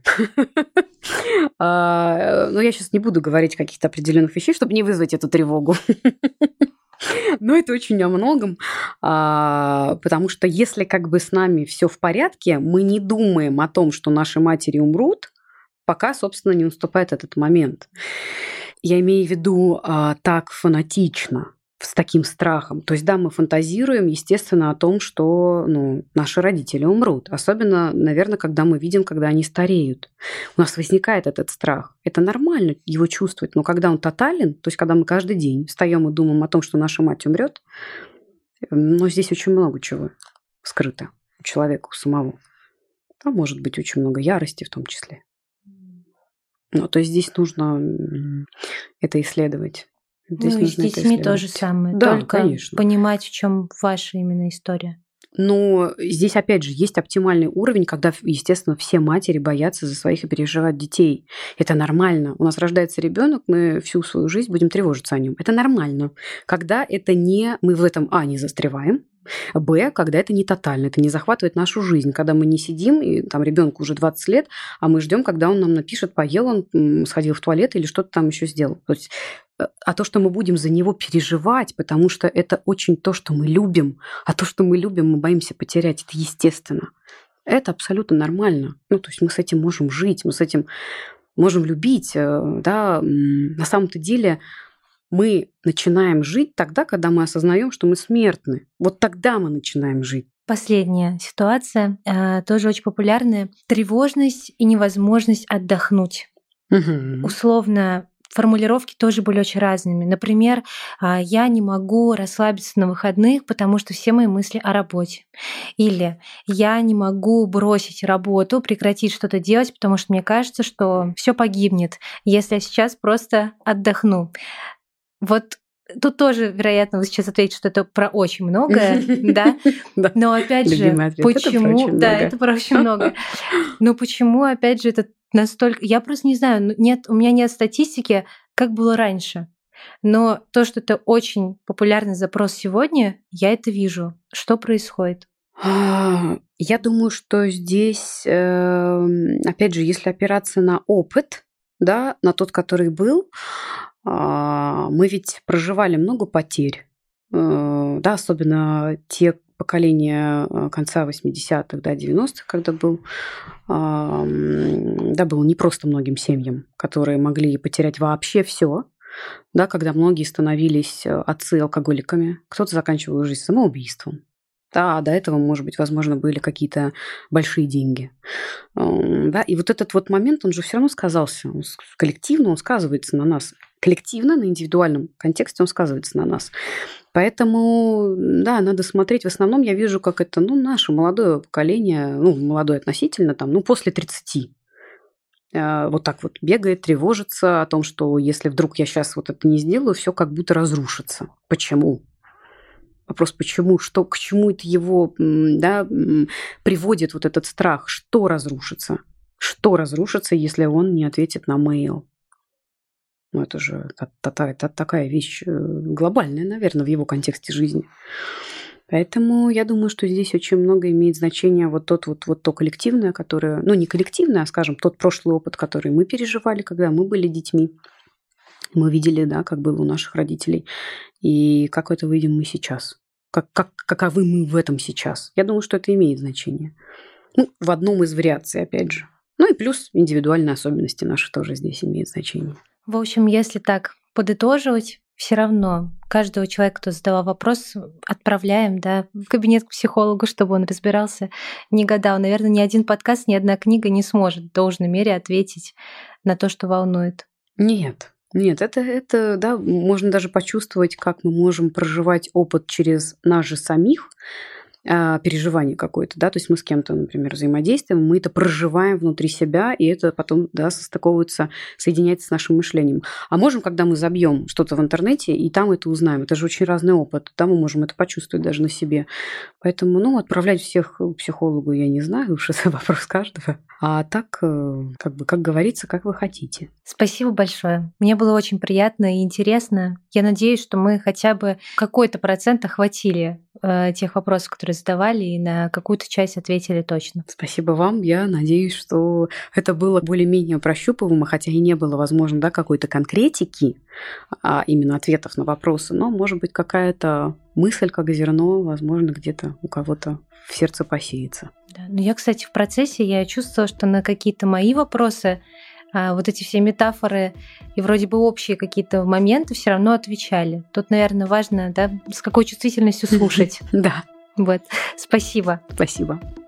Но я сейчас не буду говорить каких-то определенных вещей, чтобы не вызвать эту тревогу. Но это очень о многом, потому что если как бы с нами все в порядке, мы не думаем о том, что наши матери умрут, пока, собственно, не наступает этот момент. Я имею в виду так фанатично, с таким страхом. То есть, да, мы фантазируем, естественно, о том, что, ну, наши родители умрут. Особенно, наверное, когда мы видим, когда они стареют. У нас возникает этот страх. Это нормально его чувствовать, но когда он тотален, то есть, когда мы каждый день встаем и думаем о том, что наша мать умрет, ну, здесь очень много чего скрыто. у человека, у самого. Там может быть очень много ярости в том числе. Ну, то есть здесь нужно это исследовать. Здесь ну и с детьми то же самое. Да, только конечно. Понимать, в чем ваша именно история. Но здесь, опять же, есть оптимальный уровень, когда, естественно, все матери боятся за своих и переживают детей. Это нормально. У нас рождается ребенок, мы всю свою жизнь будем тревожиться о нем. Это нормально. Когда это не мы в этом а не застреваем, б, когда это не тотально, это не захватывает нашу жизнь, когда мы не сидим, и там ребенку уже двадцать лет, а мы ждем, когда он нам напишет, поел он, сходил в туалет или что-то там еще сделал. То есть, а то, что мы будем за него переживать, потому что это очень то, что мы любим, а то, что мы любим, мы боимся потерять, это естественно. Это абсолютно нормально. Ну, то есть мы с этим можем жить, мы с этим можем любить. Да? На самом-то деле мы начинаем жить тогда, когда мы осознаем, что мы смертны. Вот тогда мы начинаем жить. Последняя ситуация, тоже очень популярная. Тревожность и невозможность отдохнуть. Угу. Условно, формулировки тоже были очень разными. Например, я не могу расслабиться на выходных, потому что все мои мысли о работе. Или я не могу бросить работу, прекратить что-то делать, потому что мне кажется, что все погибнет, если я сейчас просто отдохну. Вот тут тоже, вероятно, вы сейчас ответите, что это про очень многое, да? Но опять же, почему... Да, это про очень многое. Но почему, опять же, это настолько... Я просто не знаю, нет, у меня нет статистики, как было раньше. Но то, что это очень популярный запрос сегодня, я это вижу. Что происходит? Я думаю, что здесь, опять же, если опираться на опыт, да, на тот, который был, мы ведь проживали много потерь, да, особенно те поколения конца восьмидесятых, да, девяностых, когда был, да, было не просто многим семьям, которые могли потерять вообще все, да, когда многие становились отцы алкоголиками, кто-то заканчивал жизнь самоубийством. Да, до этого, может быть, возможно, были какие-то большие деньги. Да, и вот этот вот момент, он же все равно сказался. Он коллективно он сказывается на нас. Коллективно, на индивидуальном контексте он сказывается на нас. Поэтому, да, надо смотреть. В основном я вижу, как это, ну, наше молодое поколение, ну, молодое относительно, там, ну, после тридцати. Вот так вот бегает, тревожится о том, что если вдруг я сейчас вот это не сделаю, все как будто разрушится. Почему? Вопрос, почему, что, к чему это его, да, приводит вот этот страх, что разрушится, что разрушится, если он не ответит на мейл. Ну, это же это такая вещь глобальная, наверное, в его контексте жизни. Поэтому я думаю, что здесь очень много имеет значение вот, тот, вот, вот то коллективное, которое, ну, не коллективное, а, скажем, тот прошлый опыт, который мы переживали, когда мы были детьми. Мы видели, да, как было у наших родителей, и как это видим мы сейчас. Как, как, каковы мы в этом сейчас. Я думаю, что это имеет значение. Ну, в одном из вариаций, опять же. Ну и плюс индивидуальные особенности наши тоже здесь имеют значение. В общем, если так подытоживать, все равно каждого человека, кто задавал вопрос, отправляем, да, в кабинет к психологу, чтобы он разбирался, не гадал. Наверное, ни один подкаст, ни одна книга не сможет в должной мере ответить на то, что волнует. Нет. Нет, это, это, да, можно даже почувствовать, как мы можем проживать опыт через нас же самих, переживание какое-то, да, то есть мы с кем-то, например, взаимодействуем, мы это проживаем внутри себя, и это потом, да, состыковывается, соединяется с нашим мышлением. А можем, когда мы забьем что-то в интернете, и там это узнаем. Это же очень разный опыт, да, мы можем это почувствовать даже на себе. Поэтому, ну, отправлять всех к психологу я не знаю, уж это вопрос каждого. А так, как бы, как говорится, как вы хотите. Спасибо большое. Мне было очень приятно и интересно. Я надеюсь, что мы хотя бы какой-то процент охватили э, тех вопросов, которые задавали, и на какую-то часть ответили точно. Спасибо вам. Я надеюсь, что это было более-менее прощупываемо, хотя и не было, возможно, да, какой-то конкретики, а именно ответов на вопросы, но, может быть, какая-то мысль, как зерно, возможно, где-то у кого-то в сердце посеется. Да. Но я, кстати, в процессе я чувствовала, что на какие-то мои вопросы вот эти все метафоры и вроде бы общие какие-то моменты все равно отвечали. Тут, наверное, важно, да, с какой чувствительностью слушать. Да. Вот. Спасибо. Спасибо.